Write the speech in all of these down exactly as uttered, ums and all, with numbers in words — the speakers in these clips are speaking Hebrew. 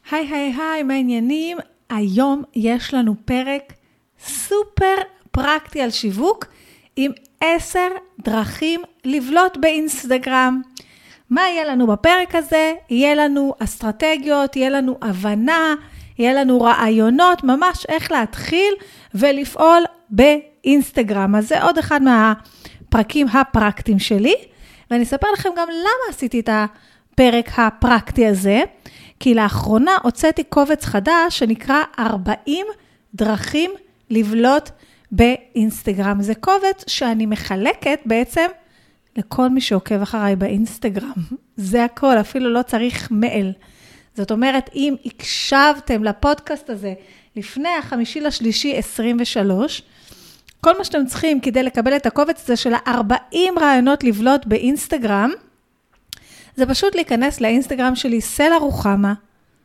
היי היי היי, מה העניינים? היום יש לנו פרק סופר פרקטי על שיווק עם עשר דרכים לבלוט באינסטגרם. מה יהיה לנו בפרק הזה? יהיה לנו אסטרטגיות, יהיה לנו הבנה, יהיה לנו רעיונות, ממש איך להתחיל ולפעול באינסטגרם. אז זה עוד אחד מהפרקים הפרקטיים שלי, ואני אספר לכם גם למה עשיתי את הפרק הפרקטי הזה, כי לאחרונה הוצאתי קובץ חדש שנקרא ארבעים דרכים לבלוט באינסטגרם. זה קובץ שאני מחלקת בעצם לכל מי שעוקב אחריי באינסטגרם. זה הכל, אפילו לא צריך מייל. זאת אומרת, אם הקשבתם לפודקאסט הזה לפני החמישי לשלישי עשרים ושלוש, כל מה שאתם צריכים כדי לקבל את הקובץ הזה של ארבעים רעיונות לבלוט באינסטגרם, זה פשוט להיכנס לאינסטגרם שלי, סלע רוחמה,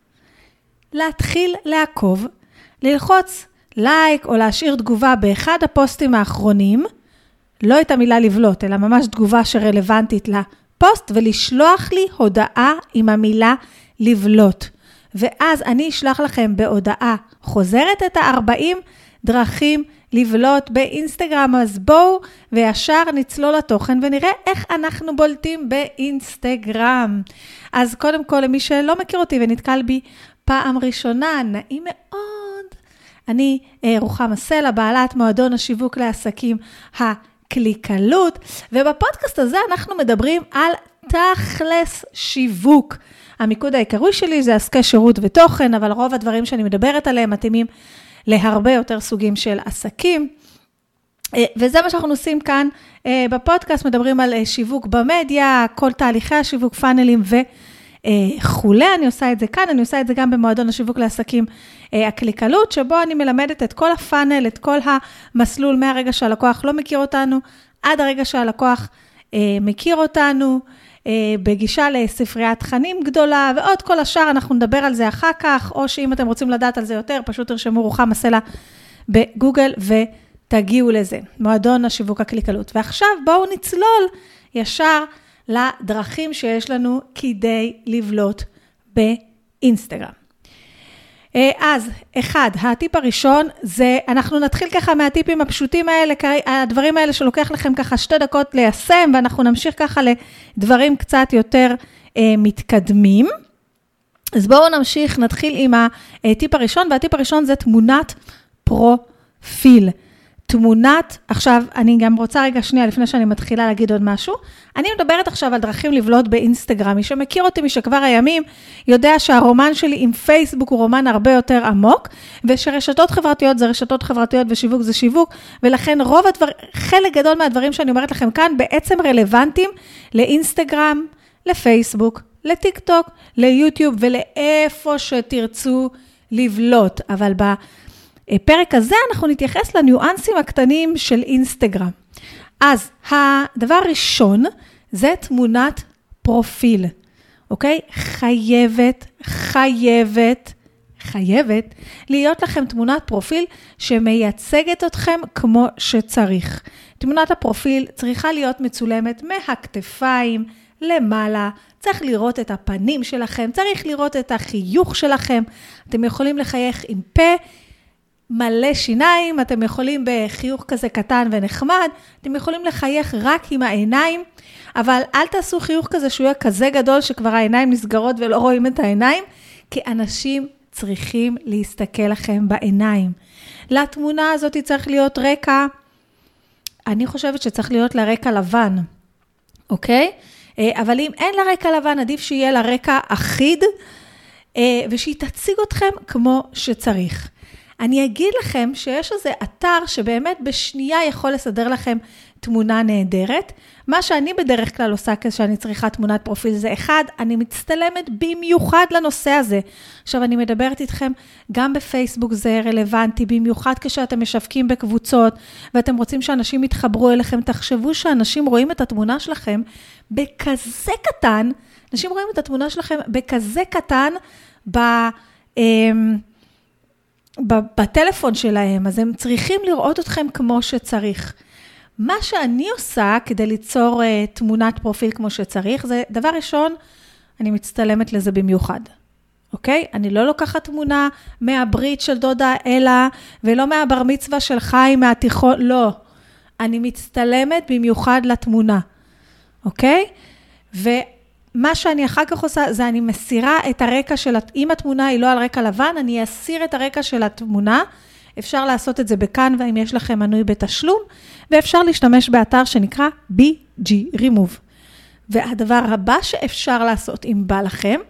להתחיל לעקוב, ללחוץ לייק או להשאיר תגובה באחד הפוסטים האחרונים, לא את המילה לבלוט, אלא ממש תגובה שרלוונטית לפוסט, ולשלוח לי הודעה עם המילה לבלוט. ואז אני אשלח לכם בהודעה חוזרת את ה-ארבעים דרכים לבלוט באינסטגרם. אז בואו וישר נצלול לתוכן ונראה איך אנחנו בולטים באינסטגרם. אז קודם כל, למי שלא מכיר אותי ונתקל בי פעם ראשונה, נעים מאוד. אני רוחמה סלע, בעלת מועדון השיווק לעסקים הקליקלות, ובפודקאסט הזה אנחנו מדברים על תכלס שיווק. המיקוד העיקרי שלי זה עסקי שירות ותוכן, אבל רוב הדברים שאני מדברת עליהם מתאימים להרבה יותר סוגים של עסקים, וזה מה שאנחנו עושים כאן בפודקאסט, מדברים על שיווק במדיה, כל תהליכי השיווק, פאנלים וכולי. אני עושה את זה כאן, אני עושה את זה גם במועדון השיווק לעסקים הקליקלות, שבו אני מלמדת את כל הפאנל, את כל המסלול מהרגע שהלקוח לא מכיר אותנו, עד הרגע שהלקוח מכיר אותנו, בגישה לספריית תכנים גדולה, ועוד כל השאר אנחנו נדבר על זה אחר כך, או שאם אתם רוצים לדעת על זה יותר, פשוט תרשמו רוחמה סלע בגוגל ותגיעו לזה, מועדון השיווק הקליקלות. ועכשיו בואו נצלול ישר לדרכים שיש לנו כדי לבלוט באינסטגרם. אז אחד, הטיפ הראשון זה, אנחנו נתחיל ככה מהטיפים הפשוטים האלה, הדברים האלה שלוקח לכם ככה שתי דקות ליישם, ואנחנו נמשיך ככה לדברים קצת יותר אה, מתקדמים. אז בואו נמשיך, נתחיל עם הטיפ הראשון, והטיפ הראשון זה תמונת פרופיל. תמונת, עכשיו אני גם רוצה רגע שנייה לפני שאני מתחילה להגיד עוד משהו, אני מדברת עכשיו על דרכים לבלוט באינסטגרם. מי שמכיר אותי משכבר הימים יודע שהרומן שלי עם פייסבוק הוא רומן הרבה יותר עמוק, ושרשתות חברתיות זה רשתות חברתיות ושיווק זה שיווק, ולכן רוב הדבר, חלק גדול מהדברים שאני אומרת לכם כאן בעצם רלוונטיים לאינסטגרם, לפייסבוק, לטיק טוק, ליוטיוב ולאיפה שתרצו לבלוט. אבל ב פרק הזה אנחנו נתייחס לניואנסים הקטנים של אינסטגרם. אז הדבר הראשון זה תמונת פרופיל, אוקיי? חייבת, חייבת, חייבת להיות לכם תמונת פרופיל שמייצגת אתכם כמו שצריך. תמונת הפרופיל צריכה להיות מצולמת מהכתפיים למעלה, צריך לראות את הפנים שלכם, צריך לראות את החיוך שלכם, אתם יכולים לחייך עם פה, מלא שיניים, אתם יכולים בחיוך כזה קטן ונחמד, אתם יכולים לחייך רק עם העיניים, אבל אל תעשו חיוך כזה שהוא יהיה כזה גדול שכבר העיניים נסגרות ולא רואים את העיניים, כי אנשים צריכים להסתכל לכם בעיניים. לתמונה הזאת צריך להיות רקע, אני חושבת שצריך להיות לה רקע לבן, אוקיי? אבל אם אין לה רקע לבן, עדיף שיהיה לה רקע אחיד, ושהיא תציג אתכם כמו שצריך. אני אגיד לכם שיש איזה אתר שבאמת בשנייה יכול לסדר לכם תמונה נהדרת. מה שאני בדרך כלל עושה כשאני צריכה תמונת פרופיל זה אחד, אני מצטלמת במיוחד לנושא הזה. עכשיו אני מדברת איתכם, גם בפייסבוק זה רלוונטי, במיוחד כשאתם משווקים בקבוצות, ואתם רוצים שאנשים יתחברו אליכם, תחשבו שאנשים רואים את התמונה שלכם בכזה קטן, אנשים רואים את התמונה שלכם בכזה קטן, ב... בטלפון שלהם, אז הם צריכים לראות אתכם כמו שצריך. מה שאני עושה כדי ליצור uh, תמונת פרופיל כמו שצריך, זה דבר ראשון, אני מצטלמת לזה במיוחד. אוקיי? אני לא לוקחת תמונה מהברית של דודה אלה, ולא מהבר מצווה של חיים מהתיכון, לא. אני מצטלמת במיוחד לתמונה, אוקיי? ומה שאני אחר כך עושה, זה אני מסירה את הרקע של, אם התמונה היא לא על רקע לבן, אני אסיר את הרקע של התמונה, אפשר לעשות את זה בכאן, ואם יש לכם מנוי בתשלום, ואפשר להשתמש באתר שנקרא בי ג'י Remove. והדבר הבא שאפשר לעשות, אם בא לכם,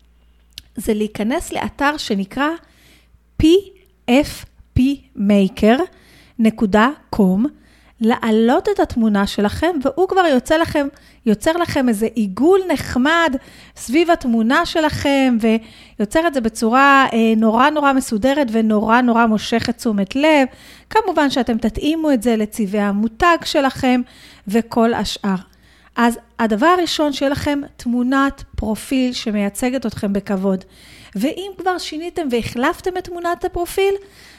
זה להיכנס לאתר שנקרא פי אף פי מייקר דוט קום, לעלות את התמונה שלכם, והוא כבר יוצא לכם, יוצר לכם איזה עיגול נחמד סביב התמונה שלכם, ויוצר את זה בצורה אה, נורא נורא מסודרת, ונורא נורא מושכת תשומת לב. כמובן שאתם תתאימו את זה לצבעי המותג שלכם, וכל השאר. אז הדבר הראשון שיהיה לכם תמונת פרופיל שמייצגת אתכם בכבוד. ואם כבר שיניתם והחלפתם את תמונת הפרופיל,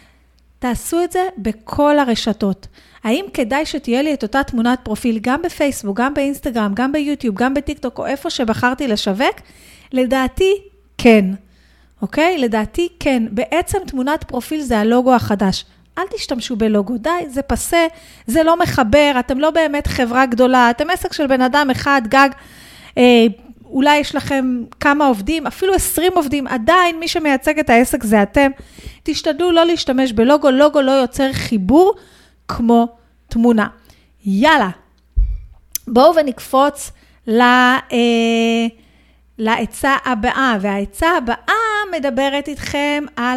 תעשו את זה בכל הרשתות. האם כדאי שתהיה לי את אותה תמונת פרופיל גם בפייסבוק, גם באינסטגרם, גם ביוטיוב, גם בטיקטוק, או איפה שבחרתי לשווק? לדעתי, כן. אוקיי? לדעתי, כן. בעצם תמונת פרופיל זה הלוגו החדש. אל תשתמשו בלוגו, די, זה פסה, זה לא מחבר, אתם לא באמת חברה גדולה, אתם עסק של בן אדם אחד, גג, אה, אולי יש לכם כמה עובדים, אפילו עשרים עובדים, עדיין מי שמייצג את העסק זה אתם. תשתדלו לא להשתמש בלוגו, לוגו לא יוצר חיבור כמו תמונה. יאללה, בואו ונקפוץ ל, אה, לעצה הבאה, והעצה הבאה מדברת איתכם על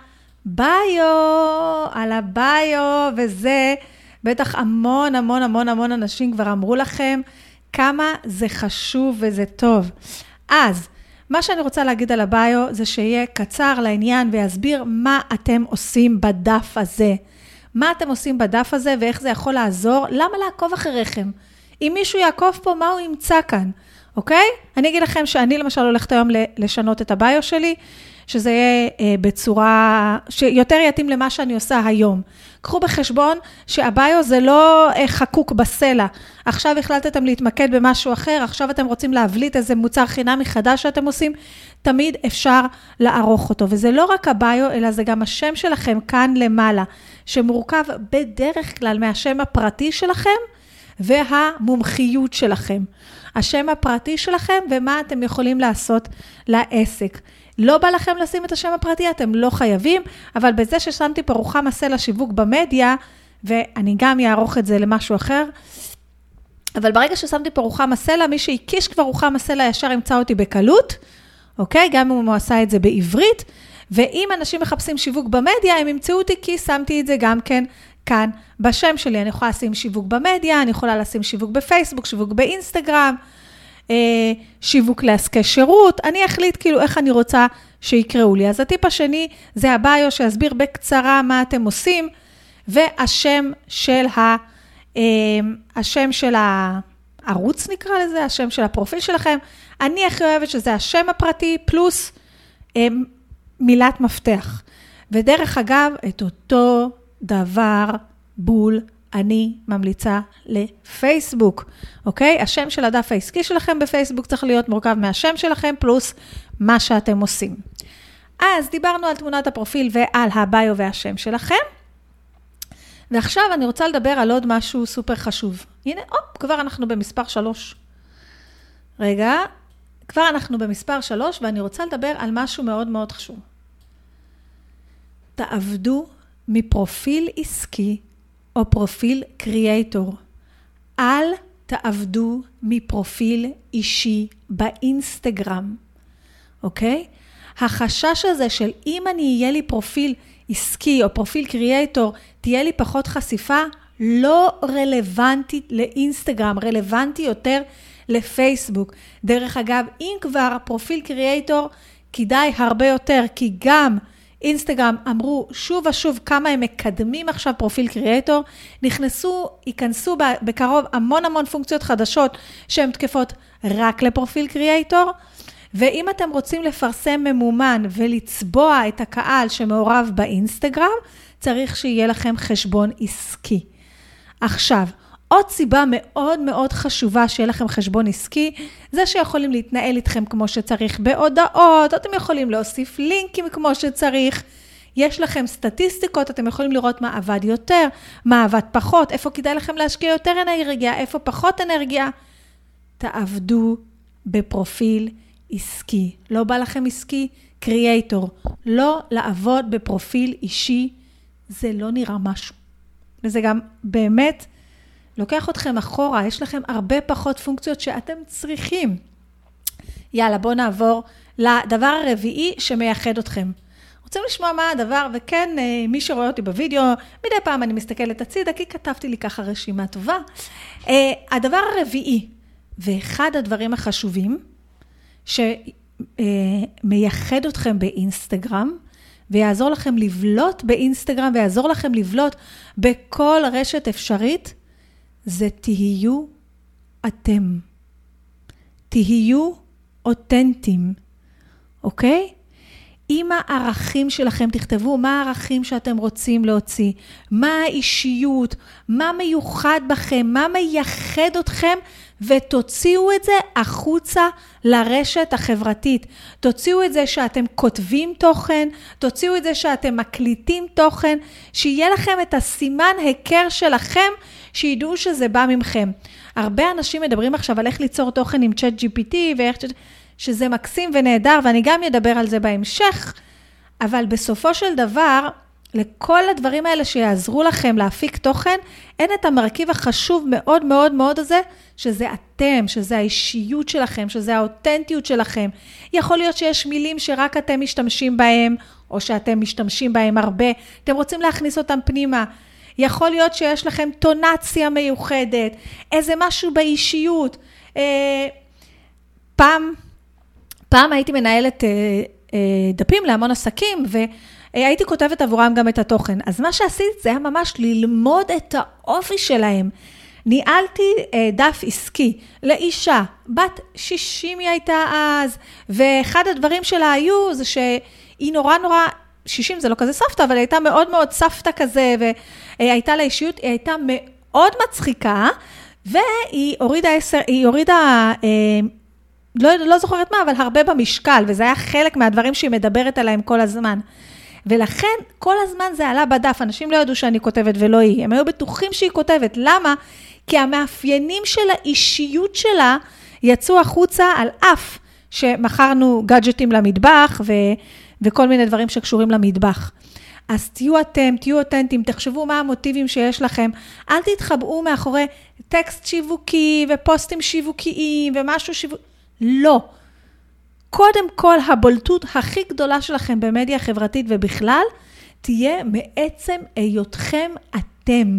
הביו, על הביו, וזה בטח המון המון המון המון אנשים כבר אמרו לכם, כמה זה חשוב וזה טוב. אז, מה שאני רוצה להגיד על הביו, זה שיהיה קצר לעניין ויסביר מה אתם עושים בדף הזה. מה אתם עושים בדף הזה ואיך זה יכול לעזור, למה לעקוב אחריכם? אם מישהו יעקוב פה, מה הוא ימצא כאן? אוקיי? אני אגיד לכם שאני למשל הולכת היום לשנות את הביו שלי, שזה יהיה אה, בצורה שיותר יתאים למה שאני עושה היום. קחו בחשבון שהביו זה לא אה, חקוק בסלע. עכשיו החלטתם להתמקד במשהו אחר, עכשיו אתם רוצים להבליט איזה מוצר חינמי חדש שאתם עושים, תמיד אפשר לערוך אותו. וזה לא רק הביו, אלא זה גם השם שלכם כאן למעלה, שמורכב בדרך כלל מהשם הפרטי שלכם, והמומחיות שלכם. השם הפרטי שלכם ומה אתם יכולים לעשות לעסק. לא בא לכם לשים את השם הפרטי, אתם לא חייבים, אבל בזה ששמתי פה רוחמה סלע שיווק במדיה, ואני גם יערוך את זה למשהו אחר, אבל ברגע ששמתי פה רוחמה סלע, מי שהקיש כבר רוחמה סלע ישר ימצא אותי בקלות, אוקיי? גם אם הוא עשה את זה בעברית, ואם אנשים מחפשים שיווק במדיה, הם ימצאו אותי כי שמתי את זה גם כן כאן בשם שלי. אני יכולה לשים שיווק במדיה, אני יכולה לשים שיווק בפייסבוק, שיווק באינסטגרם, אה, שיווק לעסקי שירות, אני אחליט כאילו איך אני רוצה שיקראו לי. אז הטיפ השני זה הביו שיסביר בקצרה מה אתם עושים, והשם של, ה, אה, השם של הערוץ נקרא לזה, השם של הפרופיל שלכם. אני הכי אוהבת שזה השם הפרטי פלוס אה, מילת מפתח. ודרך אגב, את אותו דבר בול אני ממליצה לפייסבוק, אוקיי? השם של הדף העסקי שלכם בפייסבוק צריך להיות מורכב מהשם שלכם פלוס מה שאתם עושים. אז דיברנו על תמונת הפרופיל ועל הביו והשם שלכם, ועכשיו אני רוצה לדבר על עוד משהו סופר חשוב. הנה, אופ, כבר אנחנו במספר שלוש. רגע, כבר אנחנו במספר שלוש, ואני רוצה לדבר על משהו מאוד מאוד חשוב. תעבדו מפרופיל עסקי או פרופיל קריאטור. אל תעבדו מפרופיל אישי באינסטגרם, אוקיי? החשש הזה של אם אני יהיה לי פרופיל עסקי או פרופיל קריאטור, תהיה לי פחות חשיפה, לא רלוונטית לאינסטגרם, רלוונטי יותר לפייסבוק. דרך אגב, אם כבר פרופיל קריאטור, כדאי הרבה יותר, כי גם אינסטגרם אמרו שוב ושוב כמה הם מקדמים עכשיו פרופיל קריאטור, נכנסו, ייכנסו בקרוב המון המון פונקציות חדשות שהן תקפות רק לפרופיל קריאטור, ואם אתם רוצים לפרסם ממומן ולצבוע את הקהל שמעורב באינסטגרם, צריך שיהיה לכם חשבון עסקי. עכשיו, עוד סיבה מאוד מאוד חשובה שיהיה לכם חשבון עסקי, זה שיכולים להתנהל איתכם כמו שצריך בהודעות, אתם יכולים להוסיף לינקים כמו שצריך, יש לכם סטטיסטיקות, אתם יכולים לראות מה עבד יותר, מה עבד פחות, איפה כדאי לכם להשקיע יותר אנרגיה, איפה פחות אנרגיה. תעבדו בפרופיל עסקי. לא בא לכם עסקי? קריאייטור. לא לעבוד בפרופיל אישי, זה לא נראה משהו. וזה גם באמת לוקח אתכם אחורה, יש לכם הרבה פחות פונקציות שאתם צריכים. יאללה, בואו נעבור לדבר הרביעי שמייחד אתכם. רוצים לשמוע מה הדבר, וכן, מי שרואה אותי בווידאו, מדי פעם אני מסתכלת הצידה, כי כתבתי לי ככה רשימה טובה. הדבר הרביעי, ואחד הדברים החשובים, שמייחד אתכם באינסטגרם, ויעזור לכם לבלוט באינסטגרם, ויעזור לכם לבלוט בכל רשת אפשרית, זה תהיו אתם. תהיו אותנטיים, אוקיי? עם הערכים שלכם, תכתבו מה הערכים שאתם רוצים להוציא, מה האישיות, מה מיוחד בכם, מה מייחד אתכם, ותוציאו את זה החוצה לרשת החברתית. תוציאו את זה שאתם כותבים תוכן, תוציאו את זה שאתם מקליטים תוכן, שיהיה לכם את הסימן היכר שלכם, שידעו שזה בא ממכם. הרבה אנשים מדברים עכשיו על איך ליצור תוכן עם צ'אט ג'י פי טי, ואיך שזה מקסים ונהדר, ואני גם אדבר על זה בהמשך, אבל בסופו של דבר, לכל הדברים האלה שיעזרו לכם להפיק תוכן, אין את המרכיב החשוב מאוד מאוד מאוד הזה, שזה אתם, שזה האישיות שלכם, שזה האותנטיות שלכם. יכול להיות שיש מילים שרק אתם משתמשים בהם, או שאתם משתמשים בהם הרבה, אתם רוצים להכניס אותם פנימה. יכול להיות שיש לכם טונציה מיוחדת, איזה משהו באישיות. אה, פעם, פעם הייתי מנהלת אה, אה, דפים להמון עסקים, והייתי כותבת עבורם גם את התוכן. אז מה שעשיתי זה היה ממש ללמוד את האופי שלהם. ניהלתי אה, דף עסקי לאישה, בת שישים היא הייתה אז, ואחד הדברים שלה היו זה שהיא נורא נורא, שישים זה לא כזה סבתא, אבל היא הייתה מאוד מאוד סבתא כזה, והייתה לה אישיות, היא הייתה מאוד מצחיקה, והיא הורידה עשר, היא הורידה, אה, לא, לא זוכרת מה, אבל הרבה במשקל, וזה היה חלק מהדברים שהיא מדברת עליהם כל הזמן. ולכן כל הזמן זה עלה בדף, אנשים לא ידעו שאני כותבת ולא היא, הם היו בטוחים שהיא כותבת, למה? כי המאפיינים של האישיות שלה יצאו החוצה על אף שמכרנו גאדג'טים למטבח ו... וכל מיני דברים שקשורים למטבח. אז תהיו אתם, תהיו אותנטיים, תחשבו מה המוטיבים שיש לכם, אל תתחבאו מאחורי טקסט שיווקי ופוסטים שיווקיים ומשהו שיווקי, לא. קודם כל, הבולטות הכי גדולה שלכם במדיה חברתית ובכלל, תהיה מעצם היותכם אתם.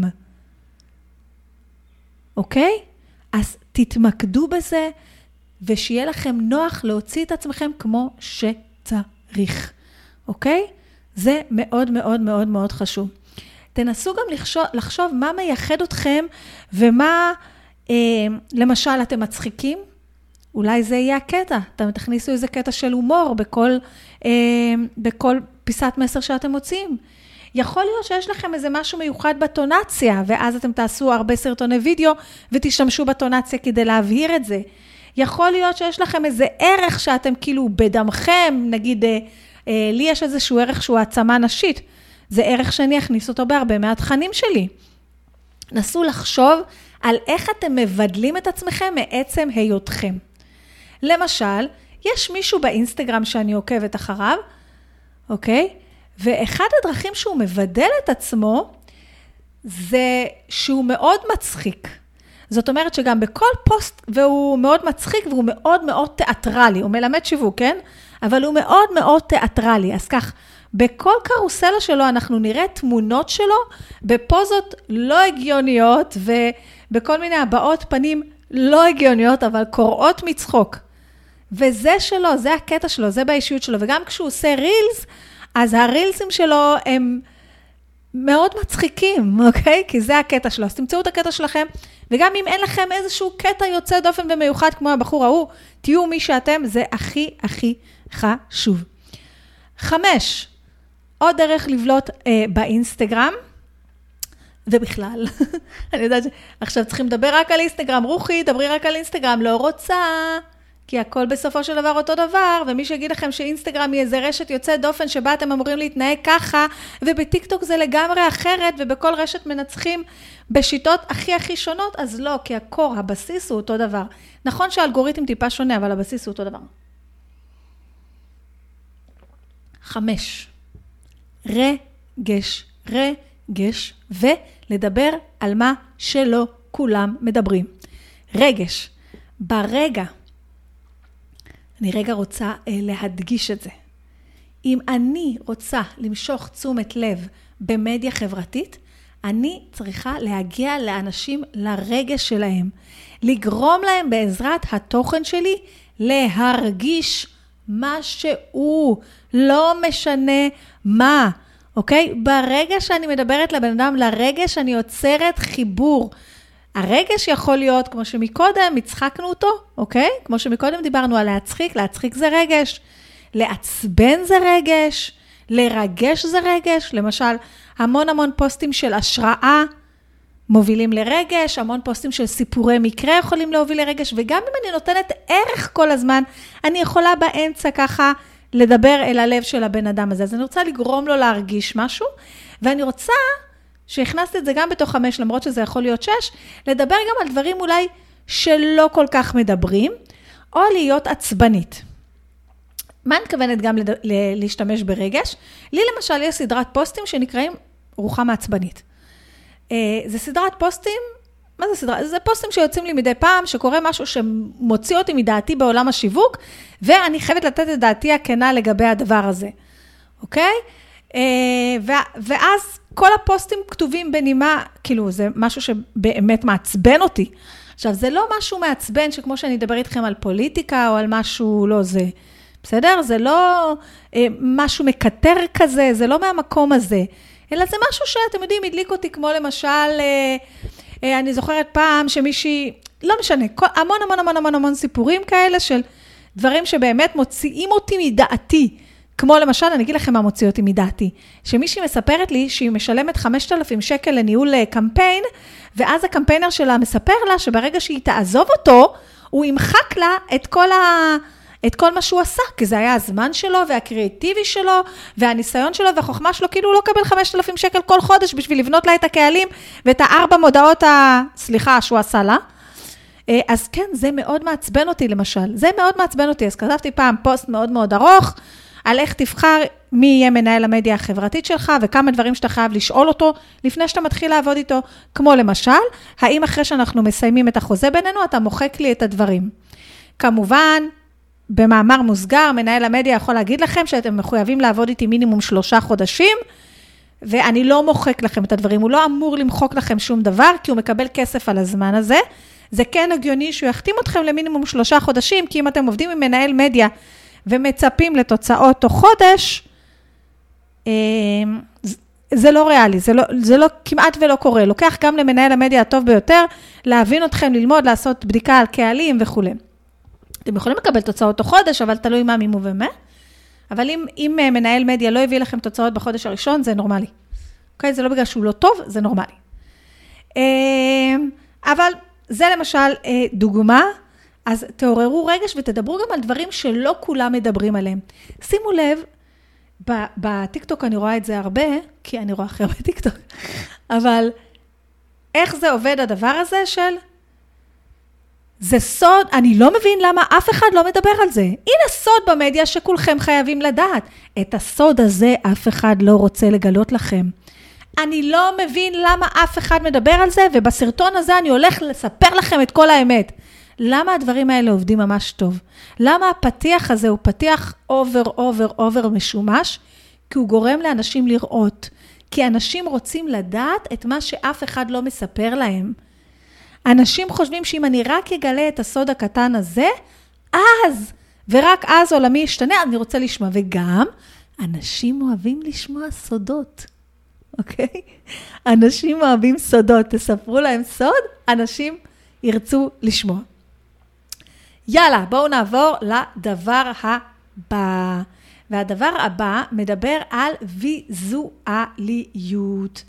אוקיי? אז תתמקדו בזה, ושיהיה לכם נוח להוציא את עצמכם כמו שצריך. אוקיי? זה מאוד מאוד מאוד מאוד חשוב. תנסו גם לחשוב, לחשוב מה מייחד אתכם, ומה, אה, למשל, אתם מצחיקים, אולי זה יהיה הקטע, אתם תכניסו איזה קטע של הומור בכל, אה, בכל פיסת מסר שאתם מוצאים. יכול להיות שיש לכם איזה משהו מיוחד בטונציה, ואז אתם תעשו הרבה סרטוני וידאו, ותשתמשו בטונציה כדי להבהיר את זה. יכול להיות שיש לכם איזה ערך שאתם כאילו בדמכם, נגיד, אה, אה, לי יש איזשהו ערך שהוא העצמה נשית, זה ערך שאני אכניס אותו בהרבה מהתכנים שלי. נסו לחשוב על איך אתם מבדלים את עצמכם מעצם היותכם. למשל, יש מישהו באינסטגרם שאני עוקבת אחריו, אוקיי? ואחד הדרכים שהוא מבדל את עצמו, זה שהוא מאוד מצחיק. זאת אומרת שגם בכל פוסט, והוא מאוד מצחיק, והוא מאוד מאוד תיאטרלי, הוא מלמד שיווק, כן? אבל הוא מאוד מאוד תיאטרלי. אז כך, בכל קרוסלה שלו אנחנו נראה תמונות שלו, בפוזות לא הגיוניות, ובכל מיני הבעות פנים לא הגיוניות, אבל קוראות מצחוק. וזה שלו, זה הקטע שלו, זה באישיות שלו. וגם כשהוא עושה רילס, אז הרילסים שלו הם מאוד מצחיקים, אוקיי? כי זה הקטע שלו. אז תמצאו את הקטע שלכם, וגם אם אין לכם איזשהו קטע יוצא דופן ומיוחד כמו הבחור ההוא, תהיו מי שאתם, זה הכי הכי חשוב. חמש, עוד דרך לבלוט אה, באינסטגרם, ובכלל, אני יודעת שעכשיו צריכים לדבר רק על אינסטגרם, רוחי, דברי רק על אינסטגרם, לא רוצה, כי הכל בסופו של דבר אותו דבר, ומי שיגיד לכם שאינסטגרם היא איזה רשת יוצאת דופן שבה אתם אמורים להתנהג ככה, ובטיקטוק זה לגמרי אחרת, ובכל רשת מנצחים בשיטות הכי הכי שונות, אז לא, כי הקור, הבסיס הוא אותו דבר. נכון שהאלגוריתם טיפה שונה, אבל הבסיס הוא אותו דבר. חמש. רגש, רגש, ולדבר על מה שלא כולם מדברים. רגש. ברגע, אני רגע רוצה אה, להדגיש את זה. אם אני רוצה למשוך תשומת לב במדיה חברתית, אני צריכה להגיע לאנשים לרגש שלהם, לגרום להם בעזרת התוכן שלי להרגיש משהו, לא משנה מה, אוקיי? ברגע שאני מדברת לבן אדם, לרגש אני יוצרת חיבור. הרגש יכול להיות, כמו שמקודם הצחקנו אותו, אוקיי? כמו שמקודם דיברנו על להצחיק, להצחיק זה רגש, לעצבן זה רגש, לרגש זה רגש, למשל, המון המון פוסטים של השראה מובילים לרגש, המון פוסטים של סיפורי מקרה יכולים להוביל לרגש, וגם אם אני נותנת ערך כל הזמן, אני יכולה באמצע ככה לדבר אל הלב של הבן אדם הזה. אז אני רוצה לגרום לו להרגיש משהו, ואני רוצה שהכנסתי את זה גם בתוך חמש, למרות שזה יכול להיות שש, לדבר גם על דברים אולי שלא כל כך מדברים, או להיות עצבנית. מה אני מתכוונת גם להשתמש ברגש? לי למשל יש סדרת פוסטים שנקראים רוחמה עצבנית. זה סדרת פוסטים, מה זה סדרה? זה פוסטים שיוצאים לי מדי פעם, שקורה משהו שמוציא אותי מדעתי בעולם השיווק, ואני חייבת לתת את דעתי הכנה לגבי הדבר הזה. אוקיי? ואז כל הפוסטים כתובים בנימה, כאילו זה משהו שבאמת מעצבן אותי. עכשיו, זה לא משהו מעצבן שכמו שאני אדבר איתכם על פוליטיקה או על משהו לא זה. בסדר? זה לא אה, משהו מקטר כזה, זה לא מהמקום הזה, אלא זה משהו שאתם יודעים, הדליק אותי כמו למשל, אה, אה, אני זוכרת פעם שמישהי, לא משנה, כל, המון המון המון המון המון סיפורים כאלה של דברים שבאמת מוציאים אותי מדעתי, כמו למשל, אני אגיד לכם מה מוציא אותי מדעתי, שמישהי מספרת לי שהיא משלמת חמשת אלפים שקל לניהול קמפיין, ואז הקמפיינר שלה מספר לה שברגע שהיא תעזוב אותו, הוא ימחק לה את כל ה... את כל מה שהוא עשה, כי זה היה הזמן שלו, והקריאטיבי שלו, והניסיון שלו, והחוכמה שלו, כאילו הוא לא קבל חמשת אלפים שקל כל חודש, בשביל לבנות לה את הקהלים, ואת הארבע מודעות, ה... סליחה, שהוא עשה לה. אז כן, זה מאוד מעצבן אותי, למשל. זה מאוד מעצבן אותי. אז כתבתי פעם פוסט מאוד מאוד ארוך, על איך תבחר מי יהיה מנהל המדיה החברתית שלך, וכמה דברים שאתה חייב לשאול אותו, לפני שאתה מתחיל לעבוד איתו, כמו למשל, האם אחרי שאנחנו מסיימים את החוזה בינינו, אתה מוחק לי את הדברים. כמובן, במאמר מוסגר, מנהל המדיה יכול להגיד לכם שאתם מחויבים לעבוד איתי מינימום שלושה חודשים, ואני לא מוחק לכם את הדברים, הוא לא אמור למחוק לכם שום דבר, כי הוא מקבל כסף על הזמן הזה. זה כן הגיוני שהוא יחתים אתכם למינימום שלושה חודשים, כי אם אתם עובדים עם מנהל מדיה, ומצפים לתוצאות תוך חודש, זה לא ריאלי, זה לא, זה לא, כמעט ולא קורה. לוקח גם למנהל המדיה הטוב ביותר, להבין אתכם, ללמוד, לעשות בדיקה על קהלים וכו'. אתם יכולים לקבל תוצאות תוך חודש, אבל תלוי מה מימו ומה. אבל אם, אם מנהל מדיה לא הביא לכם תוצאות בחודש הראשון, זה נורמלי. אוקיי? זה לא בגלל שהוא לא טוב, זה נורמלי. אבל זה למשל דוגמה, אז תעוררו רגש ותדברו גם על דברים שלא כולם מדברים עליהם. שימו לב, בטיקטוק אני רואה את זה הרבה, כי אני רואה אחרי בטיקטוק, אבל איך זה עובד הדבר הזה של, זה סוד, אני לא מבין למה אף אחד לא מדבר על זה. הנה סוד במדיה שכולכם חייבים לדעת. את הסוד הזה אף אחד לא רוצה לגלות לכם. אני לא מבין למה אף אחד מדבר על זה, ובסרטון הזה אני הולך לספר לכם את כל האמת. למה הדברים האלה עובדים ממש טוב? למה הפתיח הזה הוא פתיח אובר, אובר, אובר משומש? כי הוא גורם לאנשים לראות. כי אנשים רוצים לדעת את מה שאף אחד לא מספר להם. אנשים חושבים שאם אני רק אגלה את הסוד הקטן הזה, אז, ורק אז עולמי ישתנה, אני רוצה לשמוע. וגם, אנשים אוהבים לשמוע סודות. אוקיי? אנשים אוהבים סודות. תספרו להם סוד, אנשים ירצו לשמוע. יאללה, בואו נעבור לדבר הבא. והדבר הבא מדבר על ויזואליות.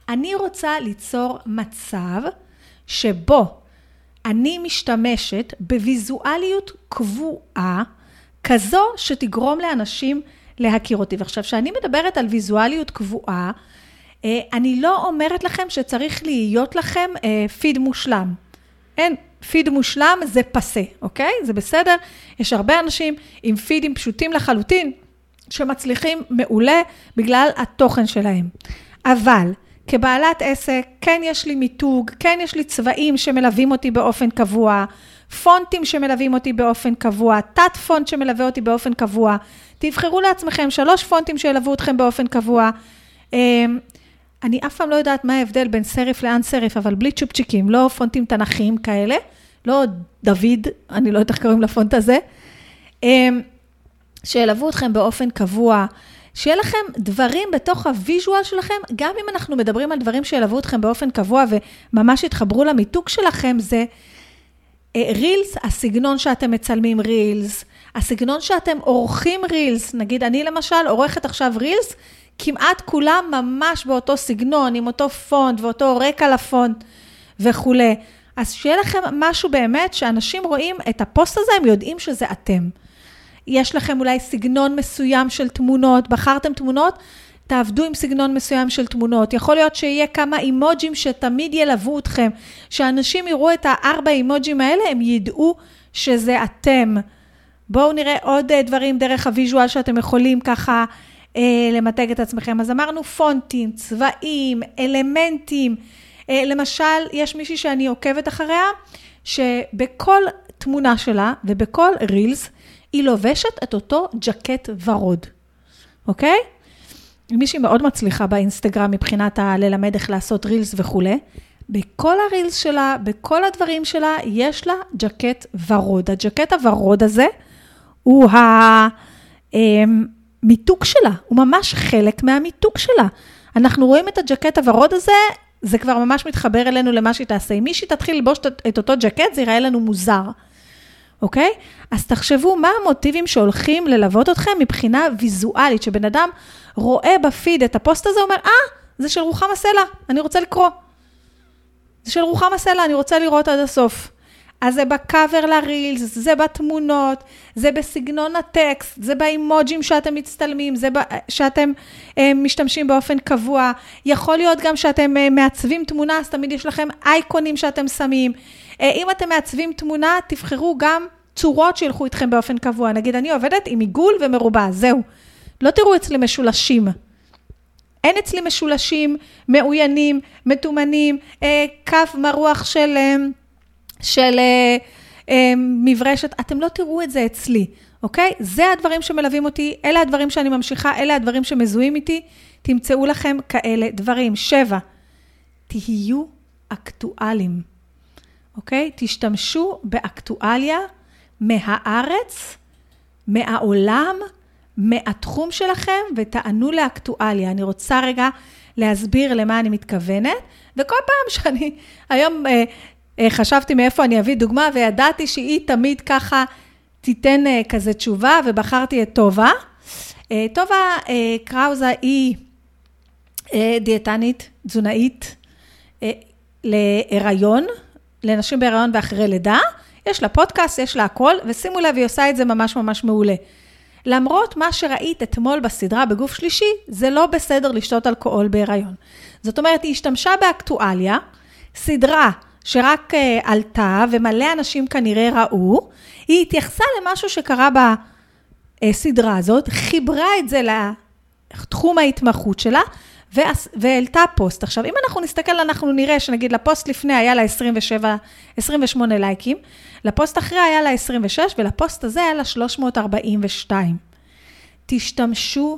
אני רוצה ליצור מצב שבו אני משתמשת בוויזואליות קבועה, כזו שתגרום לאנשים להכיר אותי. ועכשיו, שאני מדברת על ויזואליות קבועה, אני לא אומרת לכם שצריך להיות לכם פיד מושלם. אין, פיד מושלם זה פסה, אוקיי? זה בסדר. יש הרבה אנשים עם פידים פשוטים לחלוטין, שמצליחים מעולה בגלל התוכן שלהם. אבל כבעלת עסק, כן יש לי מיתוג, כן יש לי צבעים שמלווים אותי באופן קבוע, פונטים שמלווים אותי באופן קבוע, תת פונט שמלווה אותי באופן קבוע. תבחרו לעצמכם שלוש פונטים שילוו אתכם באופן קבוע. אני אף פעם לא יודעת מה ההבדל בין סריף לאן סריף, אבל בלי צ'ופצ'יקים, לא פונטים תנכיים כאלה, לא דוד, אני לא יודעת איך קוראים לפונט הזה, שילוו אתכם באופן קבוע, שיהיה לכם דברים בתוך הוויז'ואל שלכם, גם אם אנחנו מדברים על דברים שילוו אתכם באופן קבוע, וממש יתחברו למיתוג שלכם, זה רילס, הסגנון שאתם מצלמים רילס, הסגנון שאתם עורכים רילס, נגיד אני למשל עורכת עכשיו רילס, כמעט כולם ממש באותו סגנון, עם אותו פונט ואותו רקע לפונט וכו'. אז שיהיה לכם משהו באמת, שאנשים רואים את הפוסט הזה, הם יודעים שזה אתם. יש לכם אולי סגנון מסוים של תמונות, בחרתם תמונות, תעבדו עם סגנון מסוים של תמונות. יכול להיות שיהיה כמה אימוג'ים שתמיד ילוו אתכם, שאנשים יראו את הארבע אימוג'ים האלה, הם ידעו שזה אתם. בואו נראה עוד דברים דרך הוויז'ואל שאתם יכולים ככה אה, למתג את עצמכם. אז אמרנו פונטים, צבעים, אלמנטים. אה, למשל, יש מישהי שאני עוקבת אחריה, שבכל תמונה שלה ובכל רילס, היא לובשת את אותו ג'קט ורוד. אוקיי? מישהי מאוד מצליחה באינסטגרם מבחינת ללמד איך לעשות רילס וכו'. בכל הרילס שלה, בכל הדברים שלה, יש לה ג'קט ורוד. הג'קט הוורוד הזה הוא המיתוג שלה, הוא ממש חלק מהמיתוג שלה. אנחנו רואים את הג'קט הוורוד הזה, זה כבר ממש מתחבר אלינו למה שהיא תעשה. אם מישהי תתחיל לבוש את אותו ג'קט, זה יראה לנו מוזר. אוקיי? אז תחשבו מה המוטיבים שהולכים ללוות אתכם מבחינה ויזואלית, שבן אדם רואה בפיד את הפוסט הזה, אומר, אה, זה של רוחמה סלע, אני רוצה לקרוא. זה של רוחמה סלע, אני רוצה לראות עד הסוף. אז זה בקאבר לרילס, זה בתמונות, זה בסגנון הטקסט, זה באימוג'ים שאתם מצטלמים, זה שאתם אה, משתמשים באופן קבוע. יכול להיות גם שאתם אה, מעצבים תמונה, אז תמיד יש לכם אייקונים שאתם שמים. אה, אם אתם מעצבים תמונה, תבחרו גם צורות שילכו איתכם באופן קבוע. נגיד, אני עובדת עם עיגול ומרובע, זהו. לא תראו אצלי משולשים. אין אצלי משולשים, מאוינים, מתומנים, אה, קו מרוח של... אה, של אה, אה, מברשת, אתם לא תראו את זה אצלי, אוקיי? זה הדברים שמלווים אותי, אלה הדברים שאני ממשיכה, אלה הדברים שמזוהים איתי, תמצאו לכם כאלה דברים. שבע, תהיו אקטואלים, אוקיי? תשתמשו באקטואליה מהארץ, מהעולם, מהתחום שלכם, ותענו לאקטואליה. אני רוצה רגע להסביר למה אני מתכוונת, וכל פעם שאני היום... אה, חשבתי מאיפה אני אביא דוגמה, וידעתי שהיא תמיד ככה תיתן כזה תשובה, ובחרתי את טובה. טובה קראוזה היא דיאטנית, תזונאית, להיריון, לנשים בהיריון ואחרי לידה. יש לה פודקאסט, יש לה הכל, ושימו לב, היא עושה את זה ממש ממש מעולה. למרות מה שראית אתמול בסדרה בגוף שלישי, זה לא בסדר לשתות אלכוהול בהיריון. זאת אומרת, היא השתמשה באקטואליה, סדרה, שרק uh, עלתה, ומלא אנשים כנראה ראו, היא התייחסה למשהו שקרה בסדרה הזאת, חיברה את זה לתחום ההתמחות שלה, והעלתה פוסט. עכשיו, אם אנחנו נסתכל, אנחנו נראה שנגיד לפוסט לפני היה לה עשרים ושבע, עשרים ושמונה לייקים, לפוסט אחרי היה לה עשרים ושש, ולפוסט הזה היה לה שלוש מאות ארבעים ושתיים. תשתמשו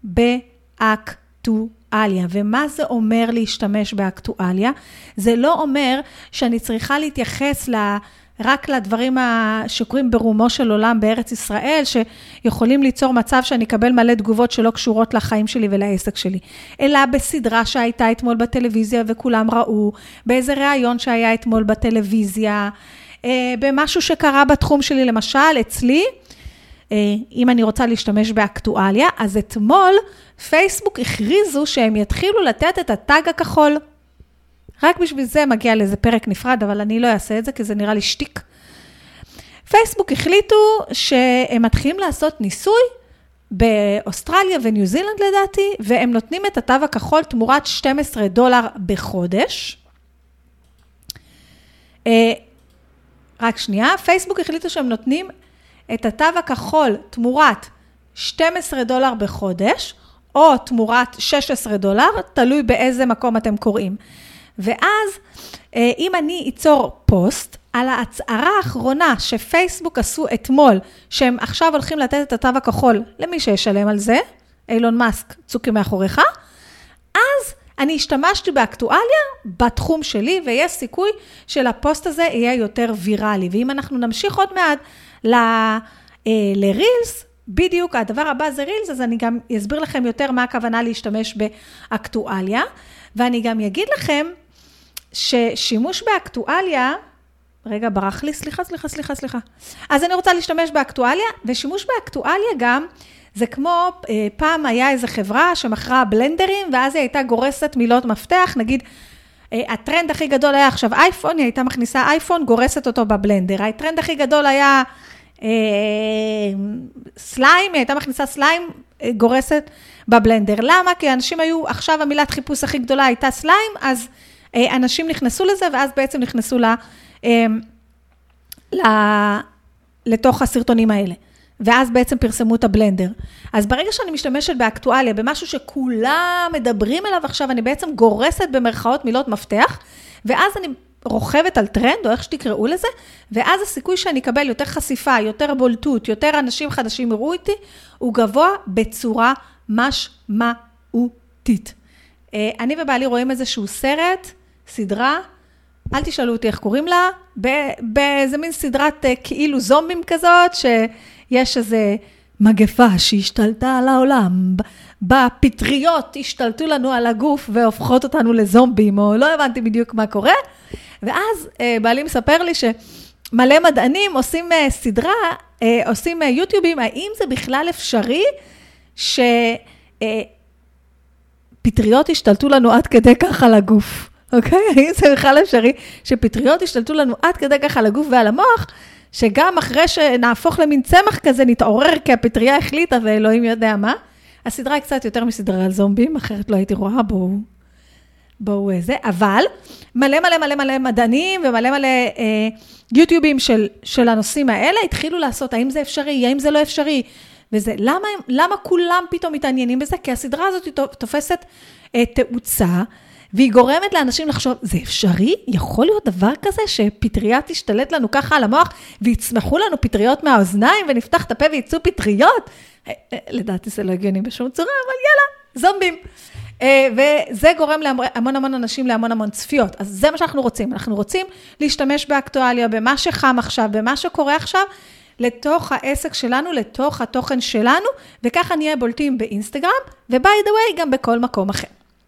באקטואליה. ומה זה אומר להשתמש באקטואליה? זה לא אומר שאני צריכה להתייחס ל... רק לדברים שקורים ברומו של עולם בארץ ישראל, שיכולים ליצור מצב שאני אקבל מלא תגובות שלא קשורות לחיים שלי ולעסק שלי. אלא בסדרה שהייתה אתמול בטלוויזיה וכולם ראו, באיזה ראיון שהיה אתמול בטלוויזיה, במשהו שקרה בתחום שלי, למשל, אצלי, אם אני רוצה להשתמש באקטואליה, אז אתמול פייסבוק הכריזו שהם יתחילו לתת את הטאג הכחול. רק בשביל זה מגיע לאיזה פרק נפרד, אבל אני לא אעשה את זה, כי זה נראה לי שטיק. פייסבוק החליטו שהם מתחילים לעשות ניסוי, באוסטרליה וניו זילנד לדעתי, והם נותנים את התו הכחול תמורת שנים עשר דולר בחודש. רק שנייה, פייסבוק החליטו שהם נותנים את התו הכחול תמורת שנים עשר דולר בחודש, או תמורת שש עשרה דולר, תלוי באיזה מקום אתם קוראים. ואז, אם אני אצור פוסט על ההצהרה האחרונה שפייסבוק עשו אתמול, שהם עכשיו הולכים לתת את התו הכחול למי שישלם על זה, אילון מאסק צוקי מאחוריך, אז אני השתמשתי באקטואליה בתחום שלי, ויש סיכוי שלפוסט הזה יהיה יותר ויראלי. ואם אנחנו נמשיך עוד מעט ל, אה, לרילס, בדיוק הדבר הבא זה רילס, אז אני גם אסביר לכם יותר מה הכוונה להשתמש באקטואליה, ואני גם אגיד לכם ששימוש באקטואליה, רגע, ברח לי, סליחה, סליחה, סליחה, סליחה. אז אני רוצה להשתמש באקטואליה, ושימוש באקטואליה גם, זה כמו, אה, פעם היה איזו חברה שמכרה בלנדרים, ואז היא הייתה גורסת מילות מפתח, נגיד, אה, הטרנד הכי גדול היה עכשיו אייפון, היא הייתה מכניסה אייפון, גורסת אותו בבלנדר. הטרנד הכי גדול היה אה, סליים, היא הייתה מכניסה סליים, אה, גורסת בבלנדר. למה? כי אנשים היו, עכשיו המילת חיפוש הכי גדולה הייתה סליים, אז אה, אנשים נכנסו לזה, ואז בעצם נכנסו לה, לתוך הסרטונים האלה, ואז בעצם פרסמו את הבלנדר. אז ברגע שאני משתמשת באקטואליה, במשהו שכולם מדברים אליו עכשיו, אני בעצם גורסת במרכאות מילות מפתח, ואז אני רוכבת על טרנד, או איך שתקראו לזה, ואז הסיכוי שאני אקבל יותר חשיפה, יותר בולטות, יותר אנשים חדשים יראו איתי, הוא גבוה בצורה משמעותית. אני ובעלי רואים איזשהו סרט, סדרה, אל תשאלו אותי איך קוראים לה, באיזה מין סדרת כאילו זומבים כזאת, שיש איזה מגפה שהשתלטה על העולם, בפטריות השתלטו לנו על הגוף והופכות אותנו לזומבים, או לא הבנתי בדיוק מה קורה, ואז בעלי מספר לי שמלא מדענים עושים סדרה, עושים יוטיובים, האם זה בכלל אפשרי שפטריות השתלטו לנו עד כדי כך על הגוף? אוקיי? האם זה בכלל אפשרי שפטריות השתלטו לנו עד כדי כך על הגוף ועל המוח, שגם אחרי שנהפוך למין צמח כזה נתעורר כי הפטריה החליטה ואלוהים יודע מה. הסדרה היא קצת יותר מסדרה על זומבים, אחרת לא הייתי רואה, בואו, בואו איזה, אבל מלא מלא מלא מלא מדענים ומלא מלא אה, יוטיובים של, של הנושאים האלה התחילו לעשות, האם זה אפשרי, האם זה לא אפשרי, וזה, למה, למה כולם פתאום מתעניינים בזה? כי הסדרה הזאת תופסת אה, תאוצה, והיא גורמת לאנשים לחשוב, זה אפשרי? יכול להיות דבר כזה שפטריה תשתלט לנו ככה על המוח, ויצמחו לנו פטריות מהאוזניים, ונפתח את הפה ויצאו פטריות? לדעתי זה לא הגיוני בשום צורה, אבל יאללה, זומבים. וזה גורם להמון המון אנשים להמון המון צפיות. אז זה מה שאנחנו רוצים. אנחנו רוצים להשתמש באקטואליה, במה שחם עכשיו, במה שקורה עכשיו, לתוך העסק שלנו, לתוך התוכן שלנו, וככה נהיה בולטים באינסטגרם, ו-by the way, גם בכל מקום אחר.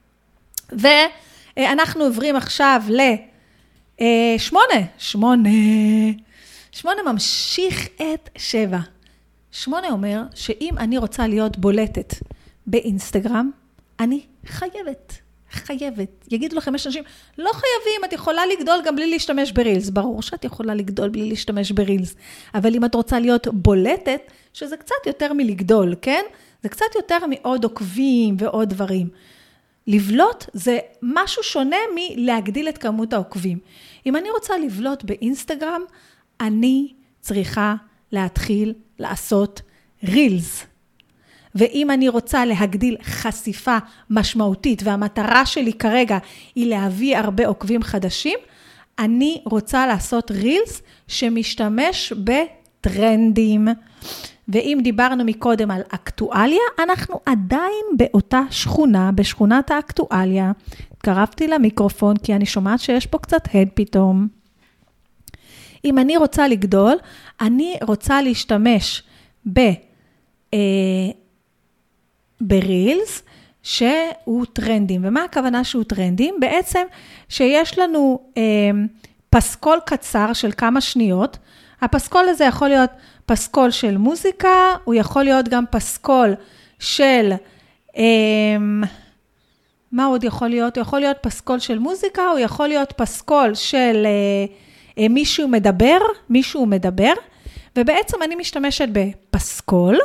ואנחנו עוברים עכשיו לשמונה, שמונה, שמונה ממשיך את שבע. שמונה אומר שאם אני רוצה להיות בולטת באינסטגרם, אני חייבת, חייבת. יגידו לכם, יש אנשים, לא חייבים, את יכולה לגדול גם בלי להשתמש ברילס. ברור שאת יכולה לגדול בלי להשתמש ברילס. אבל אם את רוצה להיות בולטת, שזה קצת יותר מלגדול, כן? זה קצת יותר מעוד עוקבים ועוד דברים. לבלוט זה משהו שונה מלהגדיל את כמות העוקבים. אם אני רוצה לבלוט באינסטגרם, אני צריכה להתחיל לעשות רילס. ואם אני רוצה להגדיל חשיפה משמעותית, והמטרה שלי כרגע היא להביא הרבה עוקבים חדשים, אני רוצה לעשות רילס שמשתמש בטרנדים. ואם דיברנו מקודם על אקטואליה, אנחנו עדיין באותה שכונה, בשכונת האקטואליה. קרבתי למיקרופון, כי אני שומעת שיש פה קצת הד פתאום. אם אני רוצה לגדול, אני רוצה להשתמש ב, אה, ברילס, שהוא טרנדים. ומה הכוונה שהוא טרנדים? בעצם שיש לנו אה, פסקול קצר של כמה שניות, הפסקול הזה יכול להיות פסקול של מוזיקה, הוא יכול להיות גם פסקול של, מה עוד יכול להיות? הוא יכול להיות פסקול של מוזיקה, הוא יכול להיות פסקול של מישהו מדבר, מישהו מדבר, ובעצם אני משתמשת בפסקול,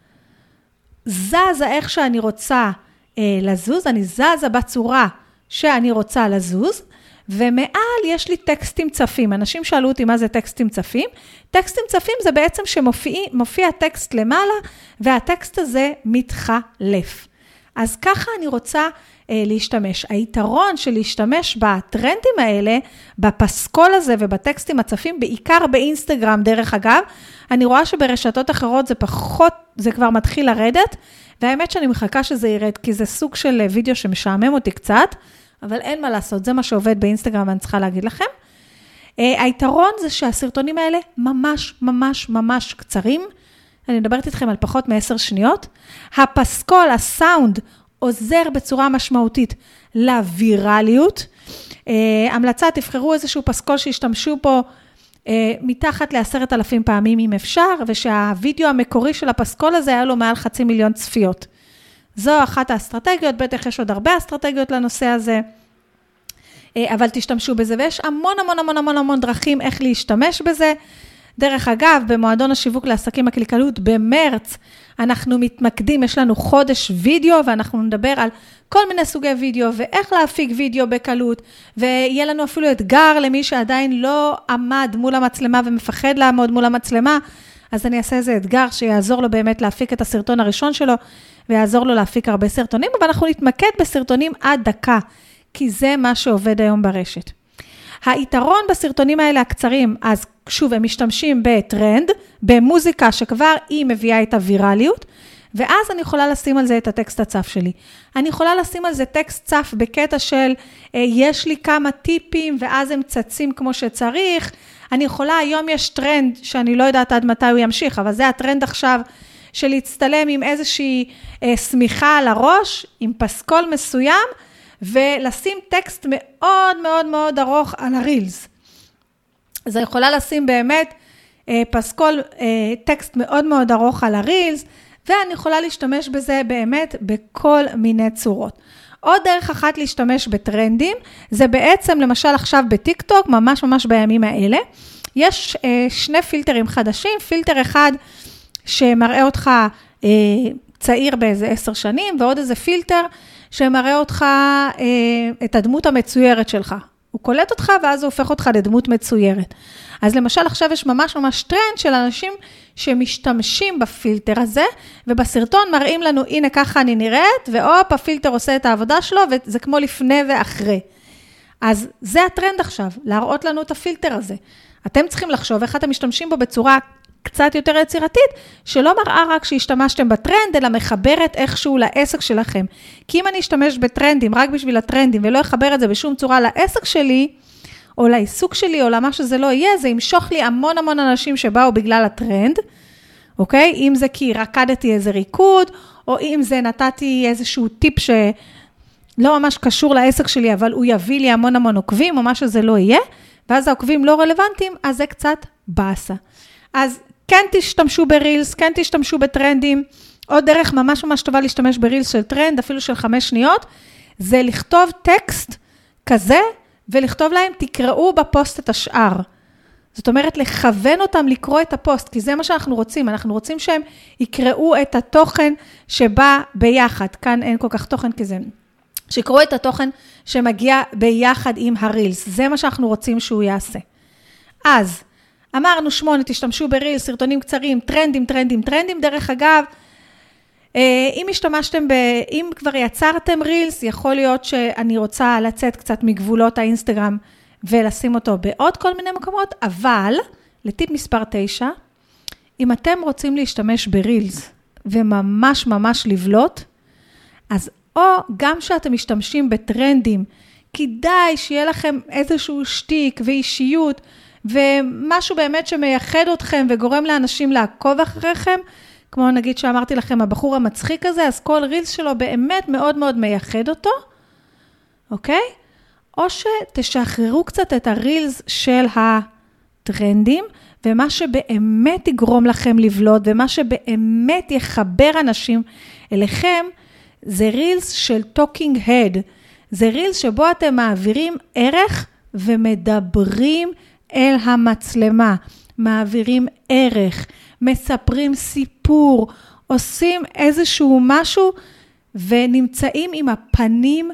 זזה איך שאני רוצה לזוז, אני זזה בצורה שאני רוצה לזוז, ומעל יש לי טקסטים צפים. אנשים שאלו אותי מה זה טקסטים צפים. טקסטים צפים זה בעצם שמופיע טקסט למעלה, והטקסט הזה מתחלף. אז ככה אני רוצה אה, להשתמש. היתרון של להשתמש בטרנדים האלה, בפסקול הזה ובטקסטים הצפים, בעיקר באינסטגרם דרך אגב, אני רואה שברשתות אחרות זה פחות, זה כבר מתחיל לרדת, והאמת שאני מחכה שזה ירד, כי זה סוג של וידאו שמשעמם אותי קצת, אבל אין מה לעשות, זה מה שעובד באינסטגרם, אני צריכה להגיד לכם. Uh, היתרון זה שהסרטונים האלה ממש, ממש, ממש קצרים. אני מדברת איתכם על פחות מעשר שניות. הפסקול, הסאונד, עוזר בצורה משמעותית לווירליות. Uh, המלצה, תבחרו איזשהו פסקול שהשתמשו פה uh, מתחת לעשרת אלפים פעמים אם אפשר, ושהווידאו המקורי של הפסקול הזה היה לו מעל חצי מיליון צפיות. זו אחת האסטרטגיות, בטח יש עוד הרבה אסטרטגיות לנושא הזה, אבל תשתמשו בזה, ויש המון המון המון המון המון דרכים איך להשתמש בזה. דרך אגב, במועדון השיווק לעסקים הקליקלות, במרץ, אנחנו מתמקדים, יש לנו חודש וידאו, ואנחנו נדבר על כל מיני סוגי וידאו, ואיך להפיק וידאו בקלות, ויהיה לנו אפילו אתגר למי שעדיין לא עמד מול המצלמה, ומפחד לעמוד מול המצלמה, אז אני אעשה איזה אתגר שיעזור לו באמת להפיק את הסרטון הראשון שלו, ויעזור לו להפיק הרבה סרטונים, אבל אנחנו נתמקד בסרטונים עד דקה, כי זה מה שעובד היום ברשת. היתרון בסרטונים האלה הקצרים, אז שוב, הם משתמשים בטרנד, במוזיקה שכבר היא מביאה את הווירליות, ואז אני יכולה לשים על זה את הטקסט הצף שלי. אני יכולה לשים על זה טקסט צף בקטע של, יש לי כמה טיפים, ואז הם צצים כמו שצריך. אני יכולה, היום יש טרנד, שאני לא יודעת עד מתי הוא ימשיך, אבל זה הטרנד עכשיו, של להצטלם עם איזושהי אה, סמיכה על הראש, עם פסקול מסוים, ולשים טקסט מאוד מאוד מאוד ארוך על הרילס. אז אני יכולה לשים באמת אה, פסקול, אה, טקסט מאוד מאוד ארוך על הרילס, ואני יכולה להשתמש בזה באמת בכל מיני צורות. עוד דרך אחת להשתמש בטרנדים, זה בעצם למשל עכשיו בטיק טוק, ממש ממש בימים האלה, יש אה, שני פילטרים חדשים, פילטר אחד, שמראה אותך אה, צעיר באיזה עשר שנים, ועוד איזה פילטר שמראה אותך אה, את הדמות המצוירת שלך. הוא קולט אותך, ואז הוא הופך אותך לדמות מצוירת. אז למשל, עכשיו יש ממש ממש טרנד של אנשים שמשתמשים בפילטר הזה, ובסרטון מראים לנו, הנה ככה אני נראית, ואופ, הפילטר עושה את העבודה שלו, וזה כמו לפני ואחרי. אז זה הטרנד עכשיו, להראות לנו את הפילטר הזה. אתם צריכים לחשוב איך אתם משתמשים בו בצורה קצת יותר יצירתית, שלא מראה רק שהשתמשתם בטרנד, אלא מחברת איכשהו לעסק שלכם. כי אם אני אשתמש בטרנדים, רק בשביל הטרנדים, ולא אחבר את זה בשום צורה לעסק שלי, או לעיסוק שלי, או למה שזה לא יהיה, זה ימשוך לי המון המון אנשים שבאו בגלל הטרנד, אוקיי? אם זה כי רקדתי איזה ריקוד, או אם זה נתתי איזשהו טיפ שלא ממש קשור לעסק שלי, אבל הוא יביא לי המון המון עוקבים, או מה שזה לא יהיה, ואז העוקבים לא רלוונטיים, אז זה קצת באסה. אז כן תשתמשו ברילס, כן תשתמשו בטרנדים, עוד דרך ממש ממש טובה להשתמש ברילס של טרנד, אפילו של חמש שניות, זה לכתוב טקסט כזה, ולכתוב להם, תקראו בפוסט את השאר. זאת אומרת, לכוון אותם לקרוא את הפוסט, כי זה מה שאנחנו רוצים, אנחנו רוצים שהם יקראו את התוכן שבא ביחד, כאן אין כל כך תוכן כזה, שיקראו את התוכן שמגיע ביחד עם הרילס, זה מה שאנחנו רוצים שהוא יעשה. אז, אמרנו שמונה, תשתמשו ברילס, סרטונים קצרים, טרנדים, טרנדים, טרנדים, דרך אגב, אם השתמשתם ב... אם כבר יצרתם רילס, יכול להיות שאני רוצה לצאת קצת מגבולות האינסטגרם ולשים אותו בעוד כל מיני מקומות, אבל לטיפ מספר תשע, אם אתם רוצים להשתמש ברילס וממש ממש לבלוט, אז או גם שאתם משתמשים בטרנדים, כדאי שיהיה לכם איזשהו שטיק ואישיות, ומשהו באמת שמייחד אתכם וגורם לאנשים לעקוב אחריכם, כמו נגיד שאמרתי לכם, הבחור המצחיק הזה, אז כל רילס שלו באמת מאוד מאוד מייחד אותו, אוקיי? או שתשחררו קצת את הרילס של הטרנדים, ומה שבאמת יגרום לכם לבלוט, ומה שבאמת יחבר אנשים אליכם, זה רילס של טוקינג הד. זה רילס שבו אתם מעבירים ערך ומדברים אל המצלמה. מעבירים ערך, מספרים סיפור, עושים איזשהו משהו, ונמצאים עם הפנים